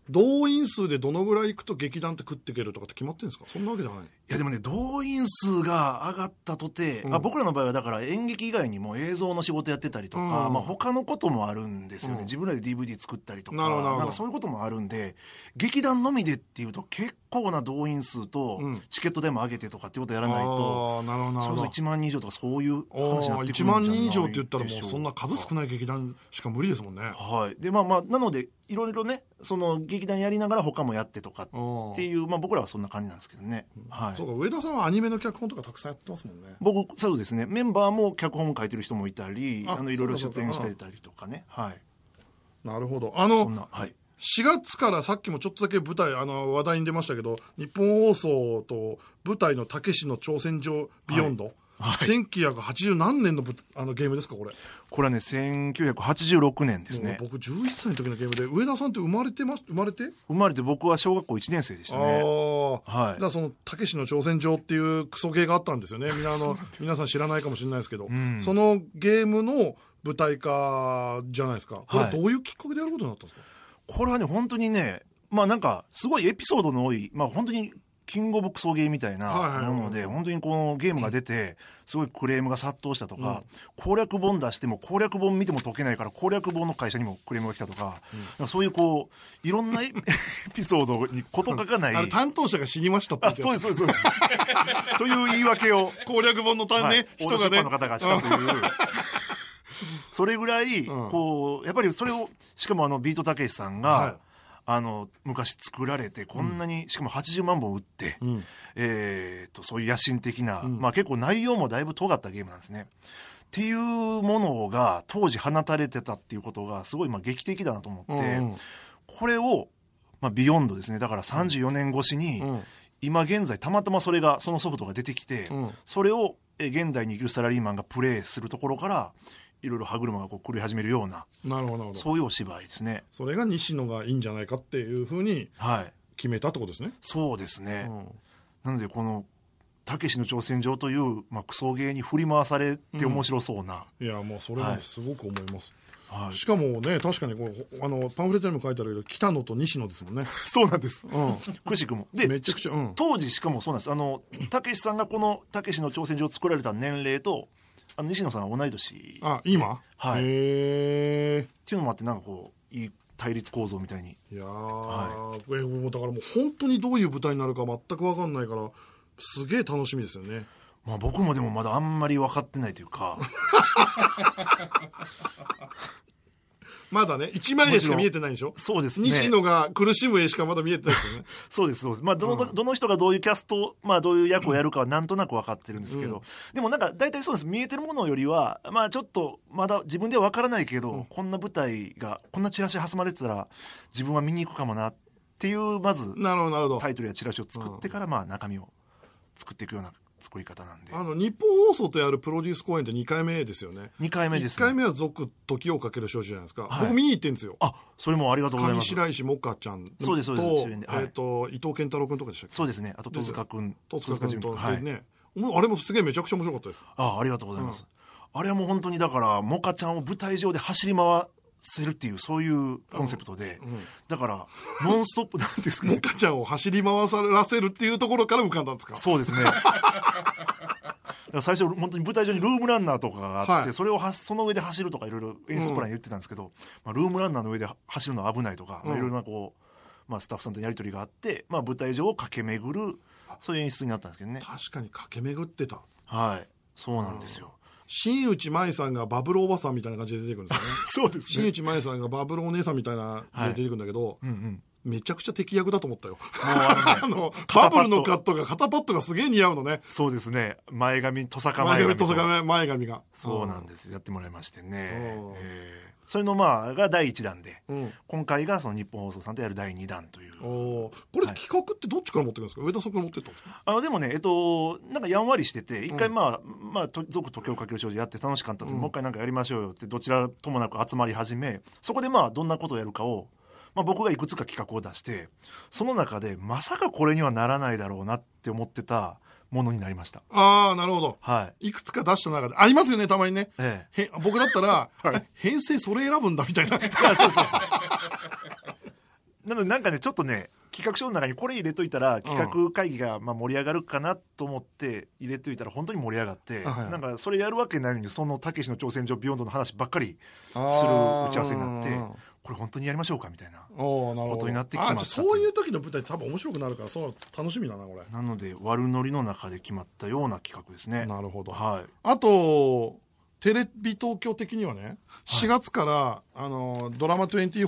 動員数でどのぐらい行くと劇団って食っていけるとかって決まってるんですか？そんなわけじゃない。 いやでもね、動員数が上がったとて、僕らの場合はだから演劇以外にも映像の仕事やってたりとか、他のこともあるんですよね。自分らで DVD 作ったりとか、なんかそういうこともあるんで、劇団のみでっていうと結構な動員数と、チケットでも上げてとかっていうことやらないと、それこそ1万人以上とかそういう話になってくるんじゃないでしょうか。 1万人以上って言ったらもうそんな数少ない劇団しか無理ですもんね。 はい。で、なので、いろいろね、その劇団やりながら他もやってとかっていう、僕らはそんな感じなんですけどね。はい。 そうか、上田さんはアニメの脚本とかたくさんやってますもんね。 僕、そうですね。メンバーも脚本書いてる人もいたり、いろいろ出演してたりとかね。はい。 なるほど。 はい。 4月からさっきもちょっとだけ舞台、話題に出ましたけど、日本放送と舞台のたけしの挑戦状ビヨンド。1980何年のゲームですか、これ。 これはね、1986年ですね。 僕11歳の時のゲームで、上田さんって生まれて僕は小学校1年生でしたね。 はい。だからその、たけしの挑戦状っていうクソゲーがあったんですよね。皆さん知らないかもしれないですけど、そのゲームの舞台化じゃないですか。これどういうきっかけでやることになったんですか？ これはね、本当にね、なんか、すごいエピソードの多い、本当に、キングオブクソゲーみたいなもので、本当にこのゲームが出て、すごいクレームが殺到したとか、攻略本出しても攻略本見ても解けないから攻略本の会社にもクレームが来たとか、そういういろんなエピソードに事欠かない。 担当者が死にましたって言って。 そうです。という言い訳を。 攻略本の人がね。 出版の方がしたという。それぐらい、やっぱりそれを、しかもビートたけしさんが、昔作られてこんなに、しかも80万本売って、そういう野心的な、結構内容もだいぶ尖ったゲームなんですね。っていうものが当時放たれてたっていうことがすごい劇的だなと思って、これを、ビヨンドですね。だから34年越しに、今現在たまたまそのソフトが出てきて、それを現代に生きるサラリーマンがプレイするところから、いろいろ歯車が狂い始めるような、そういうお芝居ですね。 それが西野がいいんじゃないかっていうふうに決めたってことですね。 そうですね。なのでこのたけしの挑戦状という、クソゲーに振り回されて面白そうな、 いやもうそれはすごく思います。しかもね、確かにパンフレットにも書いてあるけど、北野と西野ですもんね。 そうなんです。くしくも。で、 めちゃくちゃ、 当時しかもそうなんです。たけしさんがこのたけしの挑戦状を作られた年齢と、西野さんは同い年。 今？ はい。っていうのもあって、なんかいい対立構造みたいに。 いやー、だからもう本当にどういう舞台になるか全く分かんないから、すげえ楽しみですよね。 僕もでもまだあんまり分かってないというか。 まだね、1枚絵しか見えてないでしょ。 そうですね。 西野が苦しむ絵しかまだ見えてないですよね。 そうです。どの人がどういうキャスト、どういう役をやるかはなんとなく分かってるんですけど、でもなんか大体そうです。見えてるものよりは、ちょっとまだ自分では分からないけど、こんな舞台が、こんなチラシ挟まれてたら、自分は見に行くかもなっていう、まず、タイトルやチラシを作ってから、中身を作っていくような作り方なんで。 日本放送とやるプロデュース公演って2回目ですよね。 2回目ですね。1回目は続時をかける少女じゃないですか。僕見に行ってんですよ。 それもありがとうございます。 上白石萌歌ちゃんと、 そうです。 伊藤健太郎君とかでしたっけ？ そうですね。あと戸塚君とね。あれもすげえめちゃくちゃ面白かったです。 ありがとうございます。あれはもう本当にだから萌歌ちゃんを舞台上で走り回せるっていうそういうコンセプトで、だからノンストップなんですかね。 萌歌ちゃんを走り回らせるっていうところから浮かんだんですか？ そうですね。最初本当に舞台上にルームランナーとかがあって、それをその上で走るとかいろいろ演出プラン言ってたんですけど、ルームランナーの上で走るのは危ないとか、いろいろなスタッフさんとやり取りがあって、舞台上を駆け巡るそういう演出になったんですけどね。 確かに駆け巡ってた。 はい、そうなんですよ。 新内舞さんがバブルおばさんみたいな感じで出てくるんですよね。 そうですね。 新内舞さんがバブルお姉さんみたいなで出てくるんだけど、めちゃくちゃ敵役だと思ったよ。バブルのカットが肩パッドがすげえ似合うのね。 そうですね。前髪、トサカ前髪が。 そうなんです。やってもらいましてね。それのが第1弾で、今回がその日本放送さんとやる第2弾という。 これ企画ってどっちから持ってくるんですか？上田さんから持ってったんですか？ でもね、なんかやんわりしてて、一回続時をかける少女やって楽しかったので、もう一回なんかやりましょうよってどちらともなく集まり始め、そこでどんなことをやるかを、僕がいくつか企画を出して、その中でまさかこれにはならないだろうなって思ってたものになりました。 なるほど。 はい。 いくつか出した中で、ありますよね、たまにね。僕だったら、編成それ選ぶんだみたいな。 そう。 なのでなんかねちょっとね企画書の中にこれ入れといたら企画会議がまあ盛り上がるかなと思って入れといたら本当に盛り上がって、 はい、 なんかそれやるわけないのにそのたけしの挑戦状ビヨンドの話ばっかりする打ち合わせになってこれ本当にやりましょうかみたいなことになってきました。 そういう時の舞台多分面白くなるからそう楽しみだなこれ。 なので悪ノリの中で決まったような企画ですね。 なるほど、 はい、 あとテレビ東京的にはね、4月から、ドラマ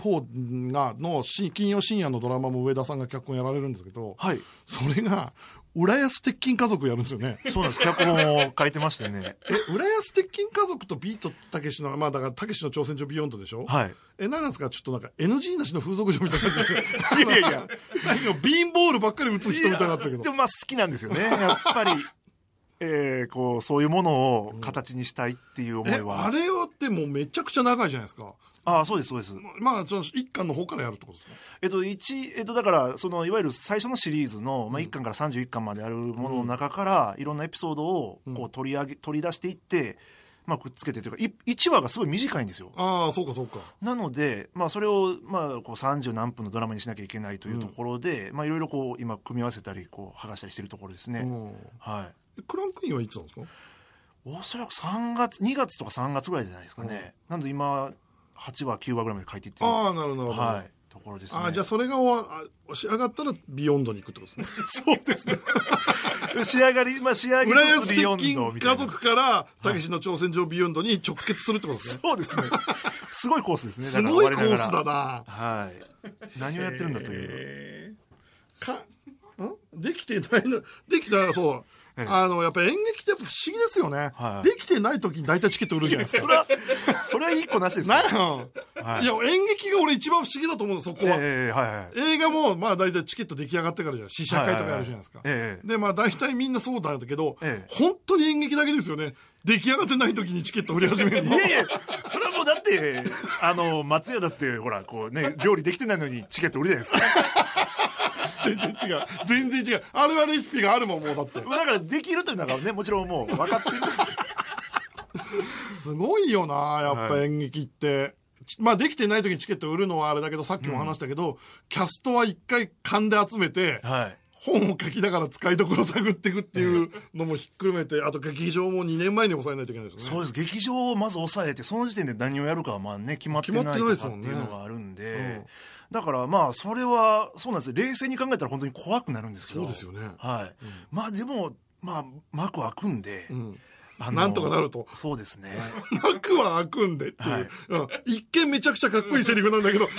24の金曜深夜のドラマも上田さんが脚本やられるんですけど、 はい、 それが、浦安鉄筋家族やるんですよね。 そうなんです。脚本を書いてましてね。 浦安鉄筋家族とビートたけしの、まあだからたけしの挑戦状ビヨンドでしょ。 はい。 何なんですかちょっとなんか NG なしの風俗嬢みたいな感じですよ。 いやいや。 ビーンボールばっかり打つ人みたいになってるけど。 でもまあ好きなんですよね。やっぱり。こうそういうものを形にしたいっていう思いは、 あれはってもうめちゃくちゃ長いじゃないですか。 ああそうですそうです。 まあその一巻の方からやるってことですね。だからそのいわゆる最初のシリーズの、まあ、1巻から31巻まであるものの中から、いろんなエピソードをこう取り出していって、まあ、くっつけてというか1話がすごい短いんですよ。 ああそうかそうか。 なので、まあ、それを、まあ、こう30何分のドラマにしなきゃいけないというところで、まあいろいろこう今組み合わせたりこう剥がしたりしてるところですね。はい。 クランクインはいつなんですか？ おそらく2月とか3月ぐらいじゃないですかね。なので今8話9話ぐらいまで書いていってる。 ああなるほど、 はい、ところですね。 あじゃあそれが仕上がったらビヨンドに行くってことですね。そうですね。仕上げつつビヨンドみたいな。 浦安鉄筋家族からたけしの挑戦状ビヨンドに直結するってことですね。 そうですね。すごいコースですね。 すごいコースだな。 はい。何をやってるんだという。 できてないのできたそう。やっぱ演劇って不思議ですよね、はい、できてない時に大体チケット売るじゃないですか。 それは一個なしですよ、 はい、いや演劇が俺一番不思議だと思うのそこは、映画もまあ大体チケット出来上がってからじゃん試写会とかやるじゃないですか、でまあ大体みんなそうなんだけど、本当に演劇だけですよね出来上がってない時にチケット売り始めるの。 いやいやそれはもうだって松屋だってほらこうね料理できてないのにチケット売るじゃないですか。 全然違うあれはレシピがあるもんもうだってだからできるというのがねもちろんもう分かってる。 すごいよなやっぱ演劇って、はい、まあできてない時にチケット売るのはあれだけどさっきも話したけど、キャストは一回勘で集めて、はい、本を書きながら使いどころ探っていくっていうのもひっくるめて、あと劇場も2年前に抑えないといけないですよね。 そうです劇場をまず抑えてその時点で何をやるかはまあね決まってないとかっていうのがあるんで、だからまあそれはそうなんですよ。冷静に考えたら本当に怖くなるんですけど。 そうですよね。 はい。まあでもまあ幕開くんで、 なんとかなると。 そうですね。 幕は開くんでっていう、一見めちゃくちゃかっこいいセリフなんだけど。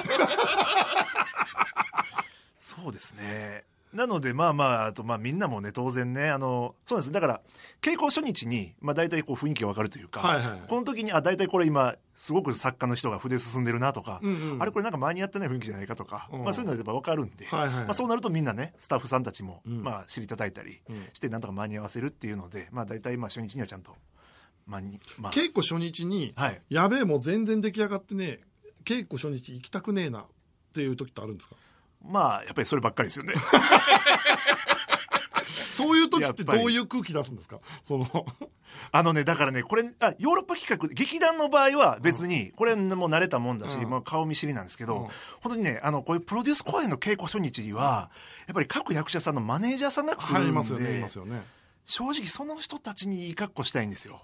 そうですね。なのでまああとまあみんなもね当然ねそうです。だから稽古初日にまあ大体こう雰囲気が分かるというか、この時に大体これ今すごく作家の人が筆進んでるなとか、あれこれなんか間に合ってない雰囲気じゃないかとか、まあそういうのはやっぱ分かるんで、まあそうなるとみんなねスタッフさんたちもまあ知りたたいたりしてなんとか間に合わせるっていうので、まあ大体まあ初日にはちゃんと稽古初日にやべえもう全然出来上がってね稽古初日行きたくねえなっていう時ってあるんですか？ まあやっぱりそればっかりですよね。 そういう時ってどういう空気出すんですか？ だからねこれヨーロッパ企画劇団の場合は別にこれも慣れたもんだし、まあ、顔見知りなんですけど、本当にねこういうプロデュース公演の稽古初日にはやっぱり各役者さんのマネージャーさんが来るんで、 いますよねいますよね。 正直その人たちにいい格好したいんですよ。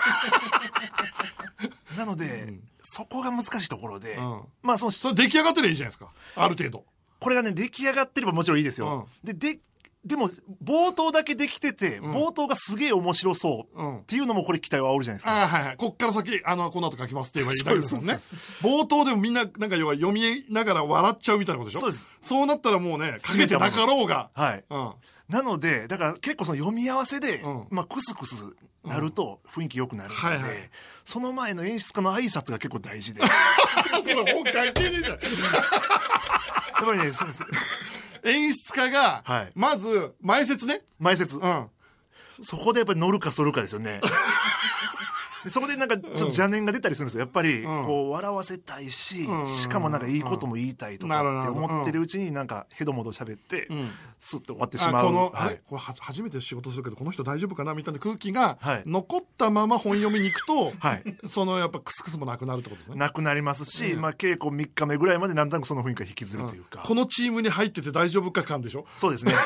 なので、そこが難しいところで、まあそれ出来上がってりゃいいじゃないですかある程度。 これがね出来上がってればもちろんいいですよ、でも冒頭だけできてて、冒頭がすげえ面白そうっていうのもこれ期待を煽るじゃないですか。 はいはい。こっから先この後書きますって言えばいいだけですもんね。冒頭でもみんななんか要は読みながら笑っちゃうみたいなことでしょ。そうです。そうなったらもうねかけてなかろうが。はい。 なのでだから結構その読み合わせで、まあクスクスなると雰囲気良くなるので、その前の演出家の挨拶が結構大事で。 それ本関係ねえじゃん。やっぱりねそうです。 演出家が、まず前説ね。 前説。そこでやっぱり乗るか反るかですよね。 そこでなんかちょっと邪念が出たりするんですよやっぱりこう笑わせたいし、しかもなんかいいことも言いたいとかって思ってるうちになんかヘドモド喋ってスッと終わってしまう。 これ初めて仕事するけどこの人大丈夫かなみたいな空気が残ったまま本読みに行くと、そのやっぱクスクスもなくなるってことですね。 なくなりますし、まあ稽古3日目ぐらいまでなんとなくその雰囲気が引きずるというか、 このチームに入ってて大丈夫か感でしょ。 そうですね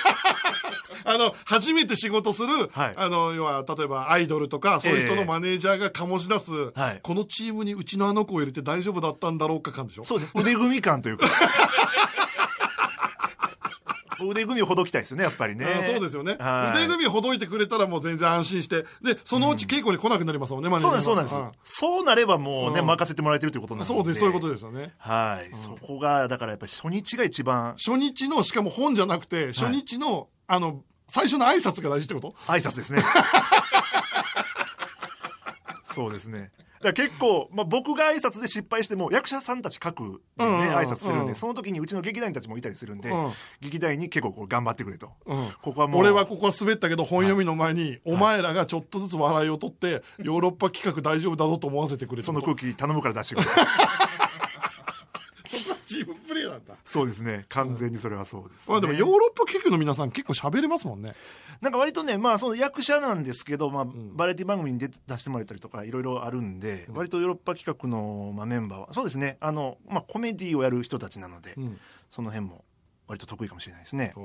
初めて仕事する、要は例えばアイドルとかそういう人のマネージャーが醸し出す、このチームにうちのあの子を入れて大丈夫だったんだろうか感でしょ。 そうです、腕組み感というか腕組みをほどきたいですよねやっぱりね。 そうですよね、腕組みほどいてくれたらもう全然安心して、でそのうち稽古に来なくなりますもんね、マネージャー。 そうなんです、そうなればもうね、任せてもらえてるということなんで。 そうです、そういうことですよね。 そこがだからやっぱり初日が一番、 初日のしかも本じゃなくて初日の、最初の挨拶が大事ってこと？ 挨拶ですねそうですね。だから結構、僕が挨拶で失敗しても役者さんたち各にね、挨拶するんで、その時にうちの劇団員たちもいたりするんで、劇団員に結構こう頑張ってくれと、ここはもう俺はここは滑ったけど本読みの前に、お前らがちょっとずつ笑いを取ってヨーロッパ企画大丈夫だぞと思わせてくれと。 その空気頼むから出してくれそこはチームプレーなんだ。 そうですね、完全にそれはそうです、 でもヨーロッパ企画の皆さん結構喋れますもんね。 なんか割とね、その役者なんですけど、バラエティ番組に出してもらえたりとかいろいろあるんで、割とヨーロッパ企画の、メンバーはそうですね、コメディをやる人たちなので、その辺も割と得意かもしれないですね。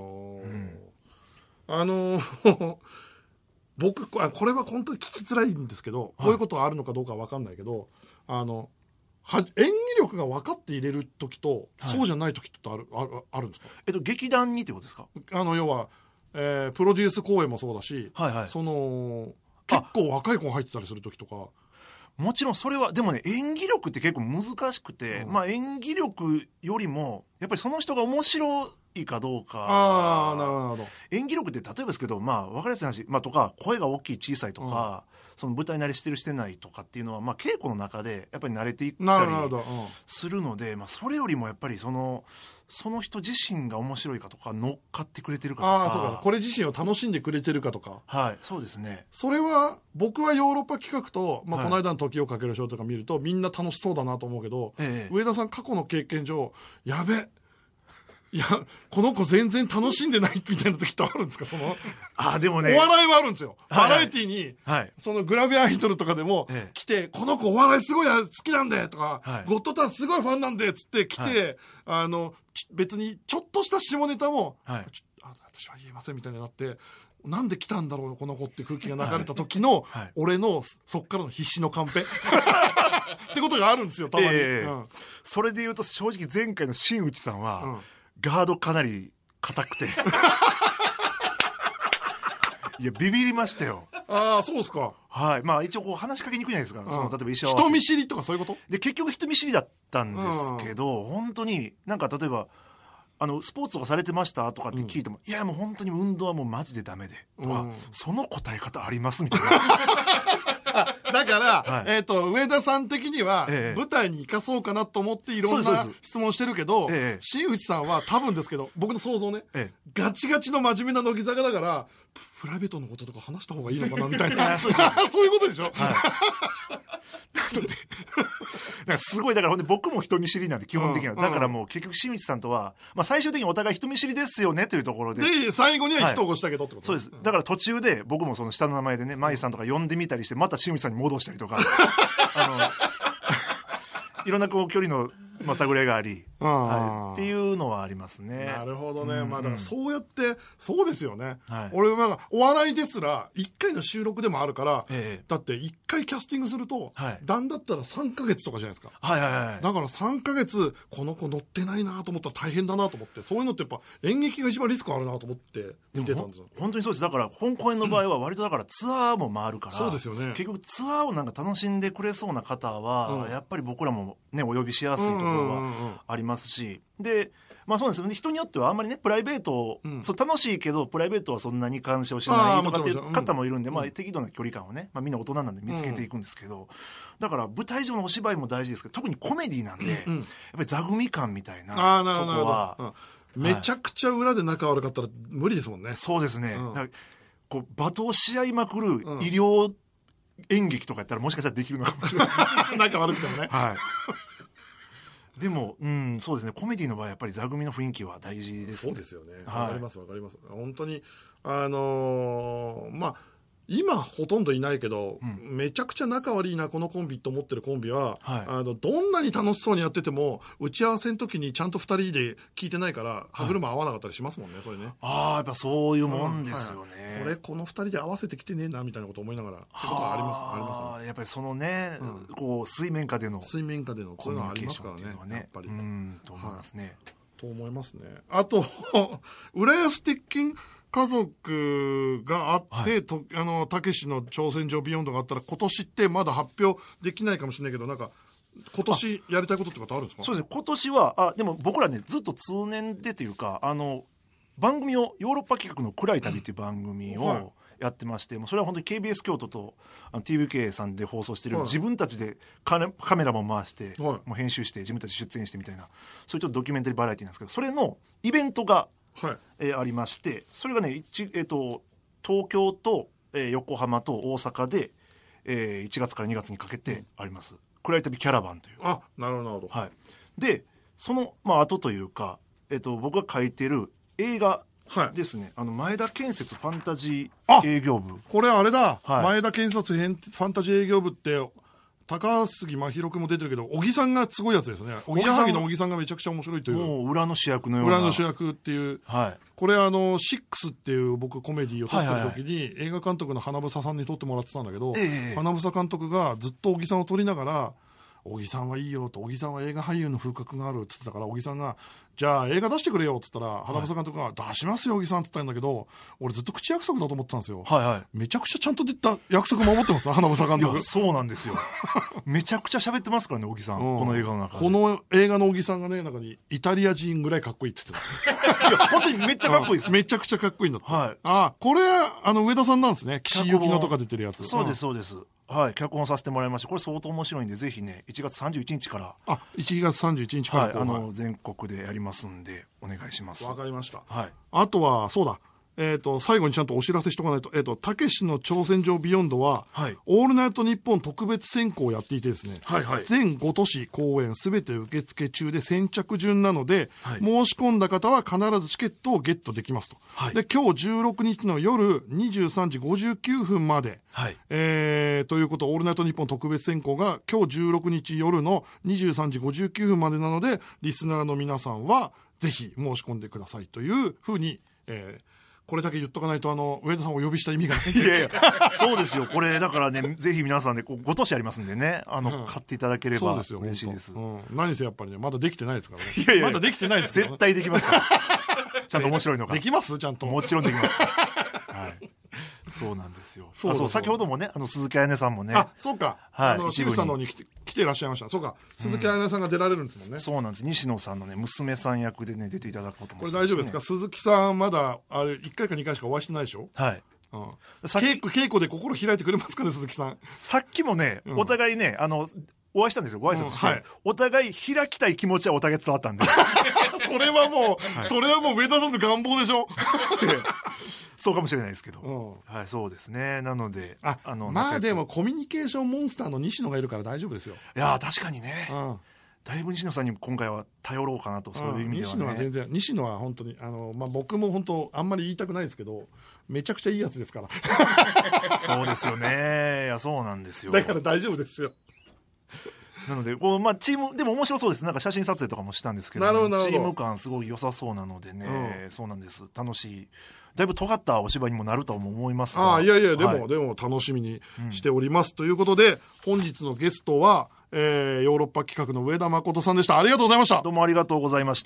僕これは本当に聞きづらいんですけど、こういうことがあるのかどうかは分かんないけど、演技力が分かって入れる時と、そうじゃない時ってあるんですか？ 劇団にってことですか？ 要はプロデュース公演もそうだし、その結構若い子が入ってたりする時とか。 もちろんそれはでもね、演技力って結構難しくて、演技力よりもやっぱりその人が面白いかどうか。 なるほど。 演技力って例えばですけど、分かりやすい話、とか声が大きい小さいとか、その舞台慣れしてるしてないとかっていうのは、稽古の中でやっぱり慣れていったりするので、それよりもやっぱりその人自身が面白いかとか乗っかってくれてるかとか。 そうか、これ自身を楽しんでくれてるかとか。 そうですね。 それは僕はヨーロッパ企画と、この間の時をかけるショーとか見るとみんな楽しそうだなと思うけど、上田さん過去の経験上、やべ、いやこの子全然楽しんでないみたいな時ってあるんですか？ でもね、 お笑いはあるんですよ。バラエティに、そのグラビアアイドルとかでも来て、この子お笑いすごい好きなんでとか、ゴッドタンすごいファンなんでっつって来て、別にちょっとした下ネタも、私は言えませんみたいになって、なんで来たんだろうこの子って空気が流れた時の、俺のそっからの必死のカンペってことがあるんですよ、たまに。 それで言うと正直前回の新内さんは、ガードかなり硬くていやビビりましたよ。 そうですか。 一応こう話しかけにくいじゃないですか、例えば衣装人見知りとかそういうことで、 結局人見知りだったんですけど、本当になんか例えばスポーツとかされてましたとかって聞いても、いやもう本当に運動はもうマジでダメでとか、その答え方ありますみたいなだから、上田さん的には、舞台に生かそうかなと思っていろんな質問してるけど、新内さんは多分ですけど、僕の想像ね、ガチガチの真面目な乃木坂だから、プライベートのこととか話した方がいいのかなみたいなそういうことでしょ。 なんかすごい、だから僕も人見知りなんで基本的には、だからもう結局新内さんとは、最終的にお互い人見知りですよねというところで、 最後には人をしたけどってこと、 そうです。だから途中で僕もその下の名前でね、舞さんとか呼んでみたりして、また新内さんに戻したりとかいろんなこう距離の探り合いがあり、っていうのはありますね。 なるほどね。だからそうやってそうですよね。俺はお笑いですら1回の収録でもあるから、だって1回キャスティングすると、なんだったら3ヶ月とかじゃないですか。だから3ヶ月この子乗ってないなと思ったら大変だなと思って、そういうのってやっぱ演劇が一番リスクあるなと思って見てたんですよ。 本当にそうです。だから本公演の場合は割とだからツアーも回るから、 そうですよね。 結局ツアーをなんか楽しんでくれそうな方は、やっぱり僕らもねお呼びしやすいところはありますし、でそうですよね。人によってはあんまりねプライベート、楽しいけどプライベートはそんなに干渉しないとかっていう方もいるんで、適度な距離感をね、みんな大人なんで見つけていくんですけど、だから舞台上のお芝居も大事ですけど、特にコメディなんで、やっぱり座組感みたいなとこは、 めちゃくちゃ裏で仲悪かったら無理ですもんね。 そうですね。こう罵倒し合いまくる医療演劇とかやったらもしかしたらできるのかもしれない仲悪くてもね。 はいでも、そうですね、コメディの場合やっぱり座組の雰囲気は大事ですね。 そうですよね。わかりますわかります。本当にまあ今ほとんどいないけど、めちゃくちゃ仲悪いなこのコンビと思ってるコンビは、どんなに楽しそうにやってても打ち合わせの時にちゃんと2人で聞いてないから歯車合わなかったりしますもんね、それね。 やっぱそういうもんですよね。 これこの2人で合わせてきてねえなみたいなこと思いながらってことはありますやっぱりそのね、こう水面下でのそういうのはありますからね、やっぱりと思いますね。 と思いますね。あと浦安鉄筋家族があって、たけしの挑戦状ビヨンドがあったら、今年ってまだ発表できないかもしれないけど、なんか、今年やりたいことってことあるんですか？ そうですね、今年は、でも僕らね、ずっと通年でというか、番組を、ヨーロッパ企画の暗い旅っていう番組をやってまして、もうそれは本当に KBS 京都とTVK さんで放送してる、自分たちでカメラも回して、もう編集して、自分たち出演してみたいな、そういうちょっとドキュメンタリーバラエティなんですけど、それのイベントが、ありまして、それがね、東京と、横浜と大阪で、1月から2月にかけてあります。暗い旅キャラバンという。 なるほどなるほど。 で、その、後というか、僕が書いてる映画ですね。前田建設ファンタジー営業部。 これあれだ。前田建設ファンタジー営業部って、高杉真宙君も出てるけど、小木さんがすごいやつですね。おぎやはぎの小木さんがめちゃくちゃ面白いという。 もう裏の主役のような。 裏の主役っていう。これシックスっていう僕コメディを撮ってる時に、映画監督の花房さんに撮ってもらってたんだけど、花房監督がずっと小木さんを撮りながら、小木さんはいいよと、小木さんは映画俳優の風格があるっつってたから、小木さんが、じゃあ映画出してくれよっつったら、花房監督が、出しますよ小木さんっつったんだけど、俺ずっと口約束だと思ってたんですよ。めちゃくちゃちゃんと出た約束守ってます花房監督。 そうなんですよ。めちゃくちゃ喋ってますからね、小木さん。この映画の中で。 この映画の小木さんがね、中にイタリア人ぐらいかっこいいっつってた。 いや、本当にめっちゃかっこいいです。 めちゃくちゃかっこいいんだって。これ、上田さんなんですね。岸由紀乃とか出てるやつ。 そうです、そうです。脚本させてもらいました。これ相当面白いんで、ぜひね、1月31日から。 1月31日から。 全国でやりますんで、お願いします。 わかりました。あとは、そうだ。最後にちゃんとお知らせしとかないと、たけしの挑戦状ビヨンドは、オールナイトニッポン特別選考をやっていてですね、全5都市公演すべて受付中で先着順なので、申し込んだ方は必ずチケットをゲットできますと。で、今日16日の夜23時59分まで、ということ、オールナイトニッポン特別選考が今日16日夜の23時59分までなので、リスナーの皆さんはぜひ申し込んでくださいというふうに、これだけ言っとかないと上田さんをお呼びした意味がない。 いやいや、そうですよ。これだからね、ぜひ皆さんで5都市ありますんでね、買っていただければ嬉しいです。 何せやっぱりね、まだできてないですからね。 いやいや、 まだできてないですから、 絶対できますから。ちゃんと面白いのが。 できますちゃんと。 もちろんできます。そうなんですよ。先ほどもね、鈴木彩音さんもね。 そうか。シルさんのに来ていらっしゃいました。そうか。鈴木彩音さんが出られるんですもんね。 そうなんです。西野さんのね、娘さん役でね、出ていただこうと思って。 これ大丈夫ですか？鈴木さんまだ、1回か2回しかお会いしてないでしょ？稽古で心開いてくれますかね、鈴木さん。 さっきもね、お互いね、お会いしたんですよ、ご挨拶して。お互い開きたい気持ちはお互い伝わったんで。 それはもう上田さんの願望でしょ？ そうかもしれないですけど。そうですね。なので。 でもコミュニケーションモンスターの西野がいるから大丈夫ですよ。 いや、確かにね。だいぶ西野さんに今回は頼ろうかなと、そういう意味ではね。 西野は本当に、僕も本当、あんまり言いたくないですけど、めちゃくちゃいいやつですから。 そうですよね。いや、そうなんですよ。 だから大丈夫ですよ。 なので、チーム、でも面白そうです。なんか写真撮影とかもしたんですけど、チーム感すごい良さそうなのでね、そうなんです。楽しい。だいぶ尖ったお芝居にもなると思いますが。 いやいや、でも楽しみにしております。ということで、本日のゲストは、ヨーロッパ企画の上田誠さんでした。ありがとうございました。 どうもありがとうございました。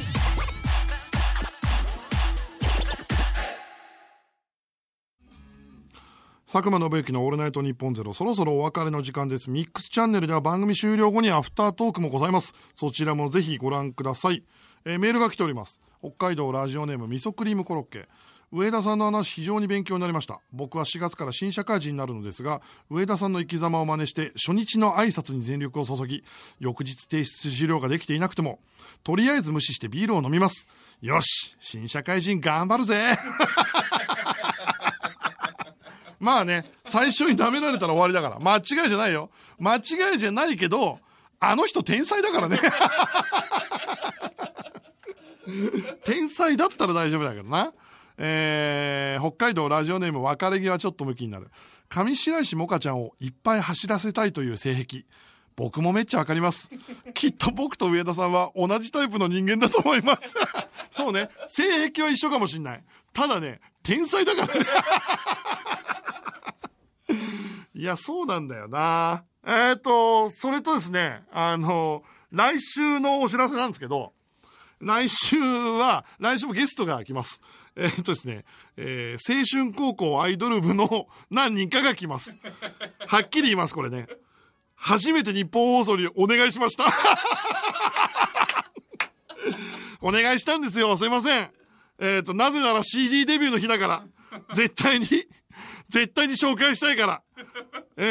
佐久間信之のオールナイトニッポンゼロ、そろそろお別れの時間です。ミックスチャンネルでは番組終了後にアフタートークもございます。そちらもぜひご覧ください。メールが来ております。北海道ラジオネーム味噌クリームコロッケ。上田さんの話非常に勉強になりました。僕は4月から新社会人になるのですが、上田さんの生き様を真似して初日の挨拶に全力を注ぎ、翌日提出資料ができていなくてもとりあえず無視してビールを飲みます。よし、新社会人頑張るぜ。 まあね、最初に舐められたら終わりだから。間違いじゃないよ。間違いじゃないけど、あの人天才だからね。天才だったら大丈夫だけどな。北海道ラジオネーム別れ際ちょっと向きになる。上白石萌歌ちゃんをいっぱい走らせたいという性癖。僕もめっちゃわかります。きっと僕と上田さんは同じタイプの人間だと思います。そうね、性癖は一緒かもしんない。ただね、天才だからね。いや、そうなんだよな。それとですね、来週のお知らせなんですけど、来週もゲストが来ます。ですね、青春高校アイドル部の何人かが来ます。はっきり言います、これね。初めて日本放送にお願いしました。お願いしたんですよ。すいません。なぜなら CD デビューの日だから。絶対に紹介したいから。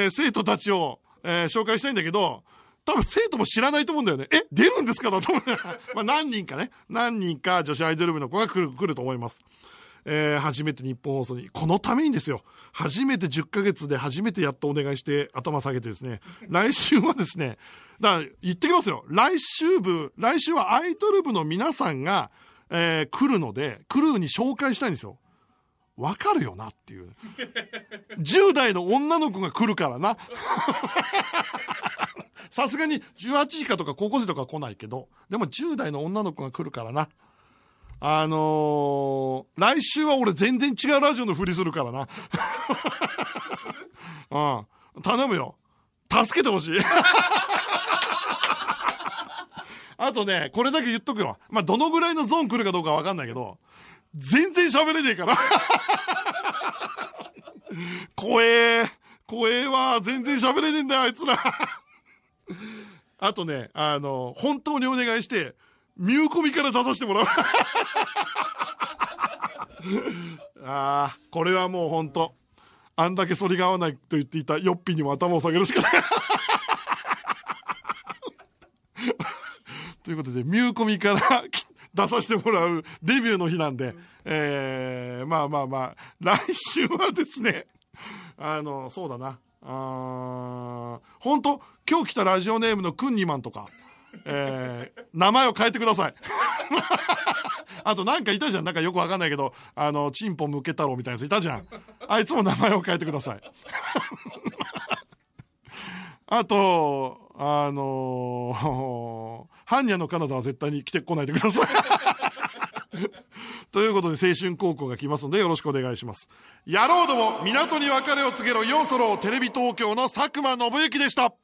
生徒たちを、紹介したいんだけど、多分生徒も知らないと思うんだよね。出るんですかだと思う。まあ何人か女子アイドル部の子が来ると思います。初めて日本放送に、このためにですよ。初めて10ヶ月で初めてやっとお願いして頭下げてですね。来週はですね、だから言ってきますよ。来週はアイドル部の皆さんが、来るので、来るに紹介したいんですよ。わかるよなっていう。10代の女の子が来るからな。さすがに18時かとか高校生とか来ないけど、でも10代の女の子が来るからな。来週は俺全然違うラジオのふりするからな。うん。頼むよ。助けてほしい。あとね、これだけ言っとくよ。まあ、どのぐらいのゾーン来るかどうかわかんないけど、全然喋れねえから。怖えわ。全然喋れねえんだよ、あいつら。あとね、本当にお願いして、ミューコミから出させてもらう。これはもう本当。あんだけ反りが合わないと言っていたヨッピーにも頭を下げるしかない。ということで、ミューコミから出させてもらうデビューの日なんで、まあ、来週はですね、そうだな。本当今日来たラジオネームのクンニマンとか、名前を変えてください。あとなんかいたじゃん。なんかよくわかんないけど、チンポムケ太郎みたいなやついたじゃん。あいつも名前を変えてください。あと、ハンニャのカナダは絶対に来てこないでください。ということで、青春高校が来ますのでよろしくお願いします。野郎ども、港に別れを告げろ、ようそろテレビ東京の佐久間信之でした。